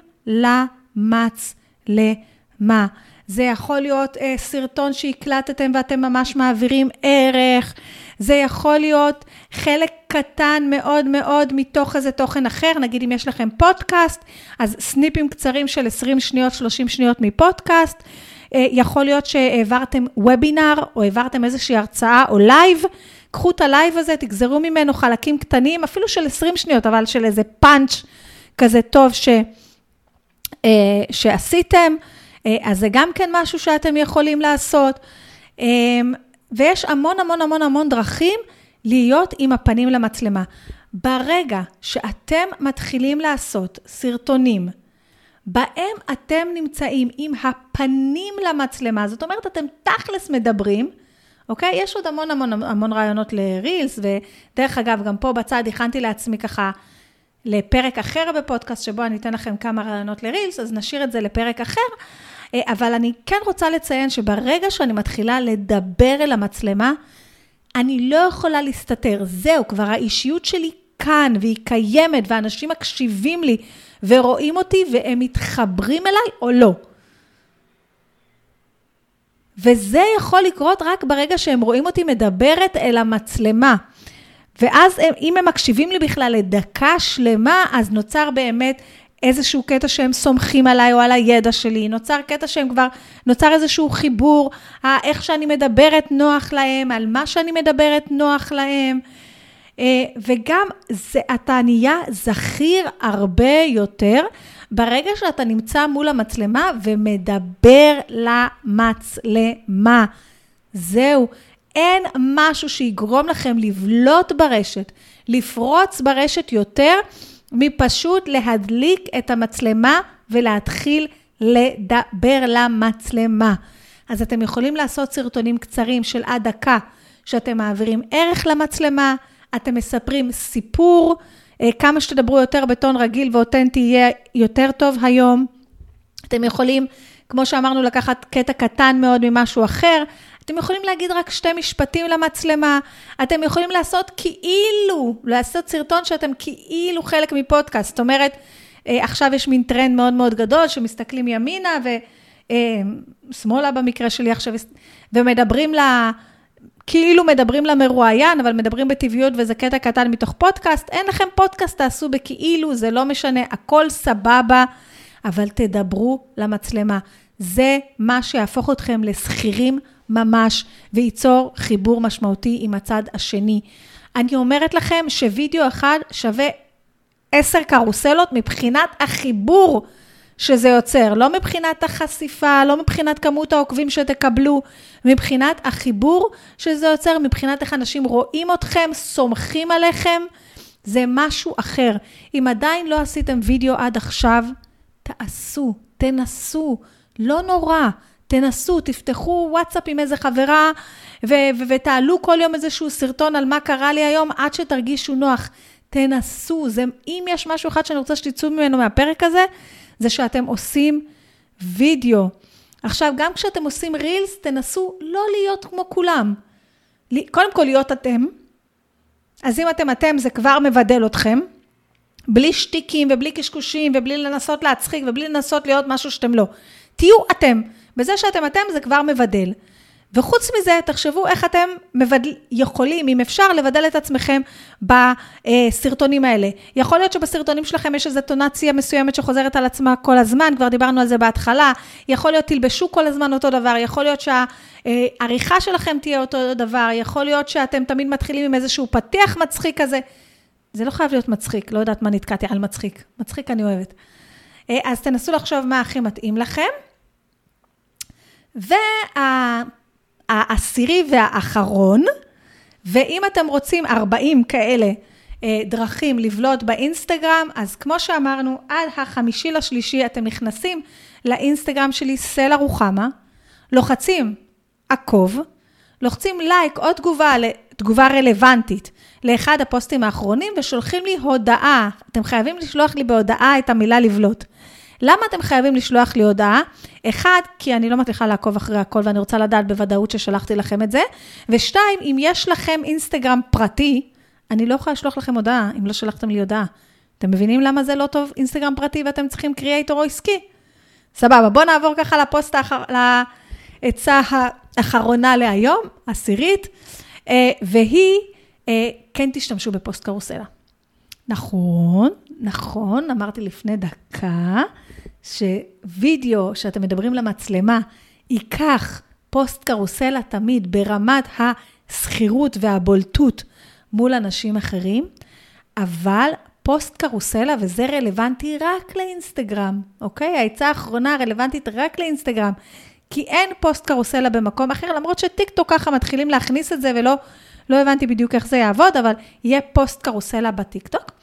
למצלמה. זה יכול להיות אה, סרטון שהקלטתם ואתם ממש מעבירים ערך, זה יכול להיות חלק קטן מאוד מאוד מתוך איזה תוכן אחר, נגיד אם יש לכם פודקאסט, אז סניפים קצרים של עשרים שניות, שלושים שניות מפודקאסט, אה, יכול להיות שהעברתם וובינר, או העברתם איזושהי הרצאה או לייב, קחו את הלייב הזה, תגזרו ממנו חלקים קטנים, אפילו של עשרים שניות, אבל של איזה פאנץ' כזה טוב ש, אה, שעשיתם, אז זה גם כן משהו שאתם יכולים לעשות, ויש המון המון המון המון דרכים להיות עם הפנים למצלמה. ברגע שאתם מתחילים לעשות סרטונים, בהם אתם נמצאים עם הפנים למצלמה, זאת אומרת אתם תכלס מדברים, אוקיי? יש עוד המון המון המון רעיונות לרילס, ודרך אגב גם פה בצד הכנתי לעצמי ככה, לפרק אחר בפודקאסט, שבו אני אתן לכם כמה רעיונות לרילס, אז נשאיר את זה לפרק אחר, אבל אני כן רוצה לציין שברגע שאני מתחילה לדבר אל המצלמה, אני לא יכולה להסתתר, זהו, כבר האישיות שלי כאן, והיא קיימת, ואנשים מקשיבים לי, ורואים אותי, והם מתחברים אליי או לא. וזה יכול לקרות רק ברגע שהם רואים אותי מדברת אל המצלמה. ואז הם, אם הם מקשיבים לי בכלל לדקה שלמה, אז נוצר באמת איזשהו קטע שהם סומכים עליי או על הידע שלי, נוצר קטע שהם כבר, נוצר איזשהו חיבור, איך שאני מדברת נוח להם, על מה שאני מדברת נוח להם, וגם זה, אתה נהיה זכיר הרבה יותר, ברגע שאתה נמצא מול המצלמה ומדבר למצלמה. זהו. אין משהו שיגרום לכם לבלוט ברשת, לפרוץ ברשת יותר, מפשוט להדליק את המצלמה ולהתחיל לדבר למצלמה. אז אתם יכולים לעשות סרטונים קצרים של עד דקה, שאתם מעבירים ערך למצלמה, אתם מספרים סיפור, כמה שתדברו יותר בטון רגיל ואותנטי יהיה יותר טוב היום. אתם יכולים, כמו שאמרנו, לקחת קטע קטן מאוד ממשהו אחר, אתם יכולים להגיד רק שתי משפטים למצלמה, אתם יכולים לעשות כאילו, לעשות סרטון שאתם כאילו חלק מפודקאסט, זאת אומרת, עכשיו יש מין טרנד מאוד מאוד גדול, שמסתכלים ימינה ושמאלה במקרה שלי עכשיו, ומדברים לה, כאילו מדברים למרואיין, אבל מדברים בטבעיות וזה קטע קטן מתוך פודקאסט, אין לכם פודקאסט, תעשו בכאילו, זה לא משנה, הכל סבבה, אבל תדברו למצלמה. זה מה שיהפוך אתכם לסחירים ממש, וייצור חיבור משמעותי עם הצד השני. אני אומרת לכם שווידאו אחד שווה עשר קרוסלות מבחינת החיבור שזה יוצר, לא מבחינת החשיפה, לא מבחינת כמות העוקבים שתקבלו, מבחינת החיבור שזה יוצר, מבחינת איך אנשים רואים אתכם, סומכים עליכם, זה משהו אחר. אם עדיין לא עשיתם וידאו עד עכשיו, תעשו, תנסו, לא נורא, תנסו, תפתחו וואטסאפ עם איזה חברה, ו- ו- ותעלו כל יום איזשהו סרטון על מה קרה לי היום, עד שתרגישו נוח. תנסו, זה, אם יש משהו אחד שאני רוצה שתצאו ממנו מהפרק הזה, זה שאתם עושים וידאו. עכשיו, גם כשאתם עושים רילס, תנסו לא להיות כמו כולם. קודם כל להיות אתם, אז אם אתם אתם, זה כבר מבדל אתכם, בלי שטיקים ובלי קשקושים, ובלי לנסות להצחיק, ובלי לנסות להיות משהו שאתם לא. תהיו אתם. בזה שאתם אתם זה כבר מבדל. וחוץ מזה, תחשבו איך אתם מבדל, יכולים, אם אפשר, לבדל את עצמכם בסרטונים האלה. יכול להיות שבסרטונים שלכם יש איזו טונציה מסוימת שחוזרת על עצמה כל הזמן, כבר דיברנו על זה בהתחלה, יכול להיות תלבשו כל הזמן אותו דבר, יכול להיות שהעריכה שלכם תהיה אותו דבר, יכול להיות שאתם תמיד מתחילים עם איזשהו פתיח מצחיק כזה. זה לא חייב להיות מצחיק, לא יודעת מה נתקעתי על מצחיק. מצחיק אני אוהבת. אז תנסו לחשוב מה הכי מתאים לכם. והעשירי והאחרון, ואם אתם רוצים ארבעים כאלה דרכים לבלוט באינסטגרם, אז כמו שאמרנו, עד החמישי לשלישי אתם נכנסים לאינסטגרם שלי, סלע רוחמה, לוחצים עקוב, לוחצים לייק או תגובה, תגובה רלוונטית לאחד הפוסטים האחרונים, ושולחים לי הודעה. אתם חייבים לשלוח לי בהודעה את המילה לבלוט. למה אתם חייבים לשלוח לי הודעה? אחד, כי אני לא מצליחה לעקוב אחרי הכל, ואני רוצה לדעת בוודאות ששלחתי לכם את זה. ושתיים, אם יש לכם אינסטגרם פרטי, אני לא יכולה לשלוח לכם הודעה, אם לא שלחתם לי הודעה. אתם מבינים למה זה לא טוב אינסטגרם פרטי, ואתם צריכים קריאייטור או עסקי? סבבה, בואו נעבור ככה לפוסט האחר, לעצה האחרונה להיום, עשירית, והיא, כן תשתמשו בפוסט קרוסלה. נכון, נכון, אמרתי לפני דקה, שווידאו שאתם מדברים למצלמה, ייקח פוסט קרוסלה תמיד ברמת הסחירות והבולטות מול אנשים אחרים, אבל פוסט קרוסלה, וזה רלוונטי רק לאינסטגרם, אוקיי? העצה האחרונה רלוונטית רק לאינסטגרם, כי אין פוסט קרוסלה במקום אחר, למרות שטיק טוק ככה מתחילים להכניס את זה, ולא לא הבנתי בדיוק איך זה יעבוד, אבל יהיה פוסט קרוסלה בטיק טוק.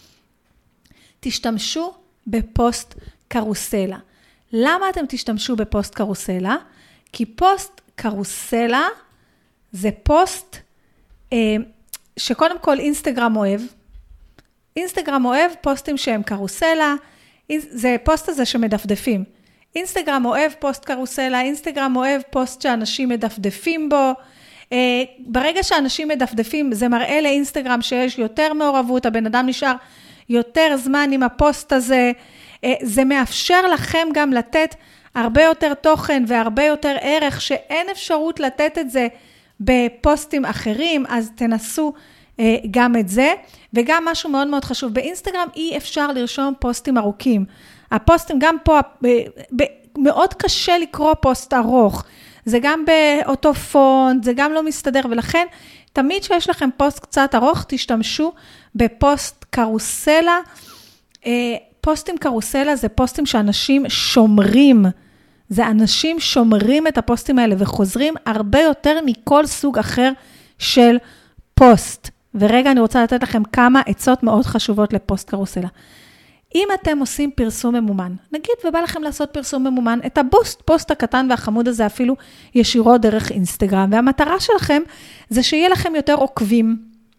תשתמשו בפוסט קרוסלה. למה אתם תשתמשו בפוסט קרוסלה? כי פוסט קרוסלה זה פוסט אה, שקודם כל אינסטגרם אוהב. אינסטגרם אוהב פוסטים שהם קרוסלה, זה פוסט הזה שמדפדפים. אינסטגרם אוהב פוסט קרוסלה, אינסטגרם אוהב פוסט שאנשים מדפדפים בו. אה, ברגע שאנשים מדפדפים, זה מראה לאינסטגרם שיש יותר מעורבות, הבן אדם נשאר יותר זמן עם הפוסט הזה, זה מאפשר לכם גם לתת הרבה יותר תוכן והרבה יותר ערך, שאין אפשרות לתת את זה בפוסטים אחרים, אז תנסו גם את זה, וגם משהו מאוד מאוד חשוב, באינסטגרם אי אפשר לרשום פוסטים ארוכים, הפוסטים גם פה, מאוד קשה לקרוא פוסט ארוך, זה גם באותו פונט, זה גם לא מסתדר, ולכן תמיד שיש לכם פוסט קצת ארוך, תשתמשו בפוסט קרוסלה. פוסטים קרוסלה זה פוסטים שאנשים שומרים, זה אנשים שומרים את הפוסטים האלה וחוזרים הרבה יותר מכל סוג אחר של פוסט. ורגע אני רוצה לתת לכם כמה עצות מאוד חשובות לפוסט קרוסלה. אם אתם עושים פרסום ממומן, נגיד ובא לכם לעשות פרסום ממומן, את הבוסט פוסט הקטן והחמוד הזה אפילו ישירות דרך אינסטגרם, והמטרה שלכם זה שיהיה לכם יותר עוקבים,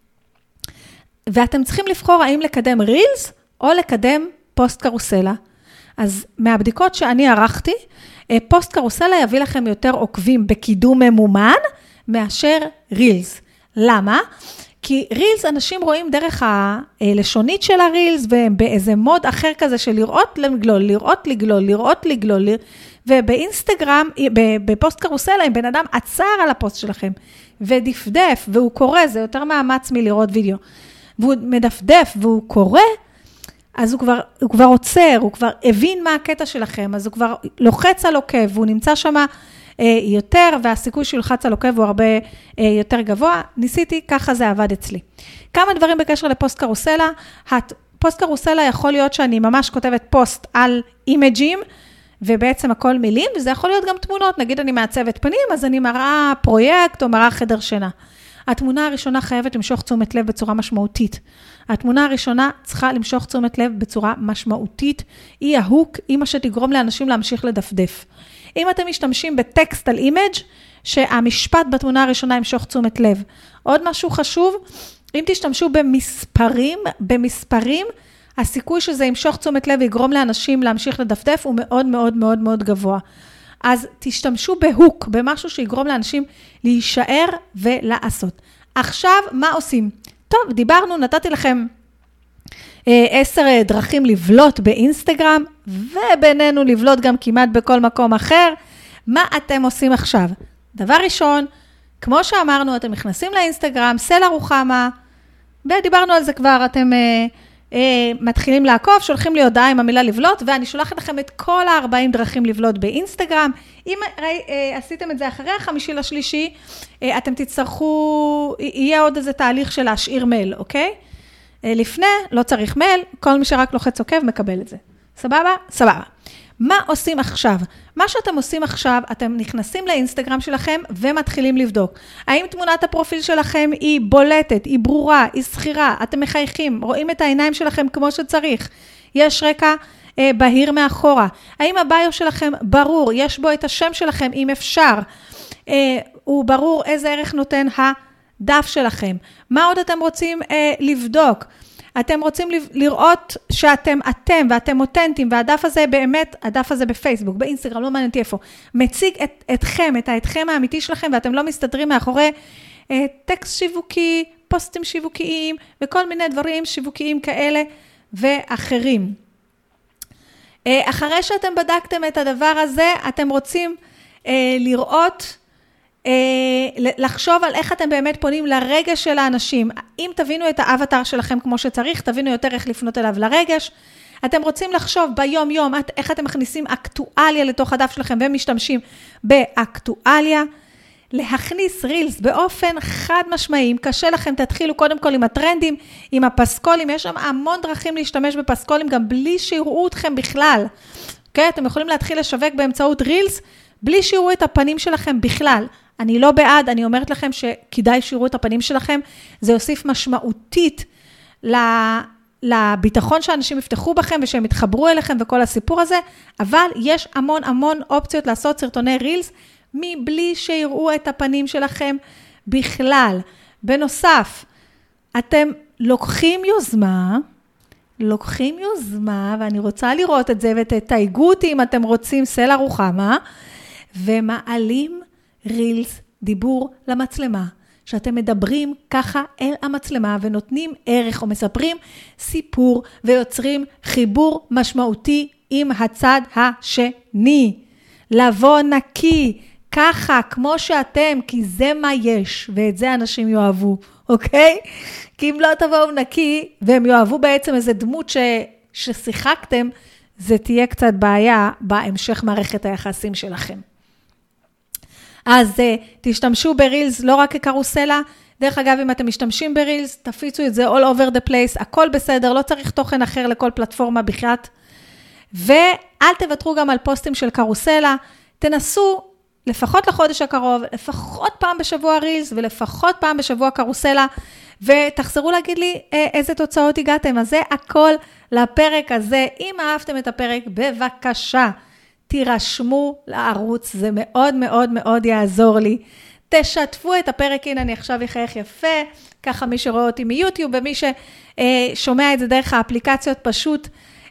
ואתם צריכים לבחור האם לקדם רילס או לקדם פוסט קרוסלה. אז מהבדיקות שאני ערכתי, פוסט קרוסלה יביא לכם יותר עוקבים בקידום ממומן מאשר רילס. למה? כי רילס, אנשים רואים דרך הלשונית של הרילס, והם באיזה מוד אחר כזה של לראות לגלול, לראות לגלול, לראות לגלול, ובאינסטגרם, בפוסט קרוסלה, אם בן אדם עצר על הפוסט שלכם, ודפדף, והוא קורא, זה יותר מאמץ מלראות וידאו, והוא מדפדף והוא קורא, אז הוא כבר, הוא כבר עוצר, הוא כבר הבין מה הקטע שלכם, אז הוא כבר לוחץ על עוקב, והוא נמצא שם אה, יותר, והסיכוי שילחץ על עוקב הוא הרבה אה, יותר גבוה. ניסיתי, ככה זה עבד אצלי. כמה דברים בקשר לפוסט קרוסלה. הפוסט קרוסלה יכול להיות שאני ממש כותבת פוסט על אימג'ים, ובעצם הכל מילים, וזה יכול להיות גם תמונות. נגיד אני מעצבת פנים, אז אני מראה פרויקט או מראה חדר שינה. התמונה הראשונה חייבת למשוך תשומת לב בצורה משמעותית. התמונה הראשונה צריכה למשוך תשומת לב בצורה משמעותית. היא ההוק, היא מה שתגרום לאנשים להמשיך לדפדף. אם אתם משתמשים בטקסט על אימג', שהמשפט בתמונה הראשונה ימשוך תשומת לב. עוד משהו חשוב, אם תשתמשו במספרים, במספרים, הסיכוי שזה ימשוך תשומת לב ויגרום לאנשים להמשיך לדפדף הוא מאוד מאוד מאוד מאוד גבוה. אז תשתמשו בהוק, במשהו שיגרום לאנשים להישאר ולעשות. עכשיו, מה עושים? טוב, דיברנו, נתתי לכם אה, עשר דרכים לבלוט באינסטגרם, ובינינו לבלוט גם כמעט בכל מקום אחר. מה אתם עושים עכשיו? דבר ראשון, כמו שאמרנו, אתם נכנסים לאינסטגרם, סלע רוחמה, ודיברנו על זה כבר, אתם... אה, מתחילים לעקוב, שולחים לי הודעה עם המילה לבלוט, ואני שולחת לכם את כל ה-ארבעים דרכים לבלוט באינסטגרם. אם עשיתם את זה אחרי החמישי לשלישי, אתם תצטרכו, יהיה עוד איזה תהליך של להשאיר מייל, אוקיי? לפני, לא צריך מייל, כל מי שרק לוחץ עוקב מקבל את זה. סבבה? סבבה. מה עושים עכשיו? מה שאתם עושים עכשיו, אתם נכנסים לאינסטגרם שלכם ומתחילים לבדוק. האם תמונת הפרופיל שלכם היא בולטת, היא ברורה, היא סחירה, אתם מחייכים, רואים את העיניים שלכם כמו שצריך, יש רקע אה, בהיר מאחורה. האם הביו שלכם ברור, יש בו את השם שלכם אם אפשר, אה, הוא ברור איזה ערך נותן הדף שלכם. מה עוד אתם רוצים אה, לבדוק? אתם רוצים לראות שאתם אתם ואתם אותנטיים, והדף הזה באמת, הדף הזה בפייסבוק, באינסטגרם, לא מעניין איפה, מציג את, אתכם, את האתכם האמיתי שלכם, ואתם לא מסתדרים מאחורי אה, טקסט שיווקי, פוסטים שיווקיים, וכל מיני דברים שיווקיים כאלה ואחרים. אה, אחרי שאתם בדקתם את הדבר הזה, אתם רוצים אה, לראות, לחשוב על איך אתם באמת פונים לרגש של האנשים. אם תבינו את האבטר שלכם כמו שצריך, תבינו יותר איך לפנות אליו לרגש. אתם רוצים לחשוב ביום יום איך אתם מכניסים אקטואליה לתוך הדף שלכם ומשתמשים באקטואליה. להכניס רילס באופן חד משמעי. אם קשה לכם, תתחילו קודם כל עם הטרנדים, עם הפסקולים. יש שם המון דרכים להשתמש בפסקולים גם בלי שיראו אתכם בכלל. אוקיי? אתם יכולים להתחיל לשווק באמצעות רילס בלי שיראו את הפנים שלכם בכלל. אני לא בעד, אני אומרת לכם שכדאי שיראו את הפנים שלכם, זה יוסיף משמעותית לביטחון שאנשים יפתחו בכם, ושהם יתחברו אליכם וכל הסיפור הזה, אבל יש המון המון אופציות לעשות סרטוני רילס, מבלי שיראו את הפנים שלכם בכלל. בנוסף, אתם לוקחים יוזמה, לוקחים יוזמה, ואני רוצה לראות את זה, ותתייגו אותי אם אתם רוצים סלע רוחמה, ומעלים רילס, דיבור למצלמה, שאתם מדברים ככה אל המצלמה, ונותנים ערך, או מספרים סיפור, ויוצרים חיבור משמעותי עם הצד השני. לבוא נקי, ככה, כמו שאתם, כי זה מה יש, ואת זה אנשים יאהבו, אוקיי? כי אם לא תבואו נקי, והם יאהבו בעצם איזה דמות ש... ששיחקתם, זה תהיה קצת בעיה בהמשך מערכת היחסים שלכם. אז uh, תשתמשו ברילס לא רק כקרוסלה, דרך אגב, אם אתם משתמשים ברילס, תפיצו את זה all over the place, הכל בסדר, לא צריך תוכן אחר לכל פלטפורמה בכלל. ואל תוותרו גם על פוסטים של קרוסלה, תנסו לפחות לחודש הקרוב, לפחות פעם בשבוע רילס, ולפחות פעם בשבוע קרוסלה, ותחזרו להגיד לי איזה תוצאות הגעתם. אז זה הכל לפרק הזה. אם אהבתם את הפרק, בבקשה, תירשמו לערוץ, זה מאוד מאוד מאוד יעזור לי. תשתפו את הפרק, הנה אני עכשיו יחייך יפה, ככה מי שרואה אותי מיוטיוב, ומי ששומע את זה דרך האפליקציות פשוט,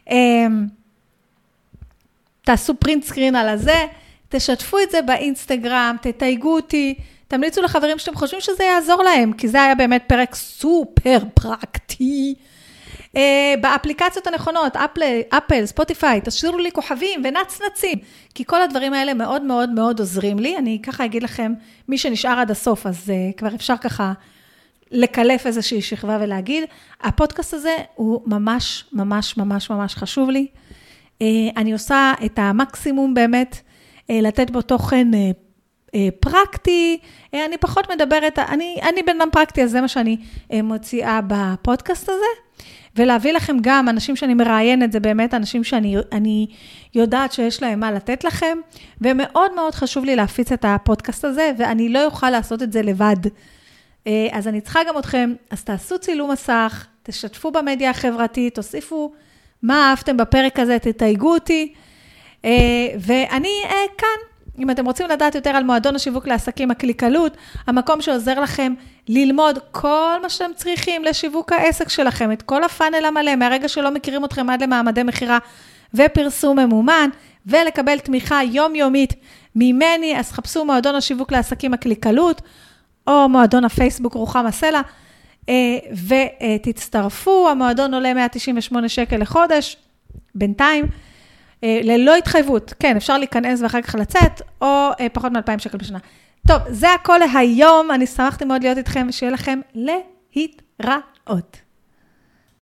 תעשו פרינט סקרין על הזה, תשתפו את זה באינסטגרם, תתייגו אותי, תמליצו לחברים שאתם חושבים שזה יעזור להם, כי זה היה באמת פרק סופר פרקטי. Uh, באפליקציות הנכונות, אפל, אפל, ספוטיפיי, תשאירו לי כוכבים ונצנצים, כי כל הדברים האלה מאוד מאוד מאוד עוזרים לי. אני ככה אגיד לכם, מי שנשאר עד הסוף, אז uh, כבר אפשר ככה לקלף איזושהי שכבה ולהגיד, הפודקאסט הזה הוא ממש ממש ממש ממש חשוב לי. Uh, אני עושה את המקסימום באמת, uh, לתת בו תוכן uh, uh, פרקטי, uh, אני פחות מדברת, אני, אני בן אדם פרקטי, אז זה מה שאני uh, מוציאה בפודקאסט הזה. ולהביא לכם גם אנשים שאני מראיינת, זה באמת אנשים שאני אני יודעת שיש להם מה לתת לכם, ומאוד מאוד חשוב לי להפיץ את הפודקאסט הזה, ואני לא אוכל לעשות את זה לבד. אז אני צריכה גם אתכם, אז תעשו צילום מסך, תשתפו במדיה החברתית, תוסיפו מה אהבתם בפרק הזה, תתייגו אותי, ואני כאן. אם אתם רוצים לדעת יותר על מועדון השיווק לעסקים, הקליקלות, המקום שעוזר לכם ללמוד כל מה שאתם צריכים לשיווק העסק שלכם, את כל הפאנל המלא, מהרגע שלא מכירים אתכם עד למעמדי מחירה ופרסום ממומן, ולקבל תמיכה יומיומית ממני, אז חפשו מועדון השיווק לעסקים, הקליקלות, או מועדון הפייסבוק רוחמה סלע, ותצטרפו, המועדון עולה מאה תשעים ושמונה שקל לחודש, בינתיים, ללא התחייבות, כן, אפשר להיכנס ואחר כך לצאת, או פחות מ-אלפיים שקל בשנה. טוב, זה הכל להיום, אני שמחתי מאוד להיות איתכם, ושיהיה לכם להתראות.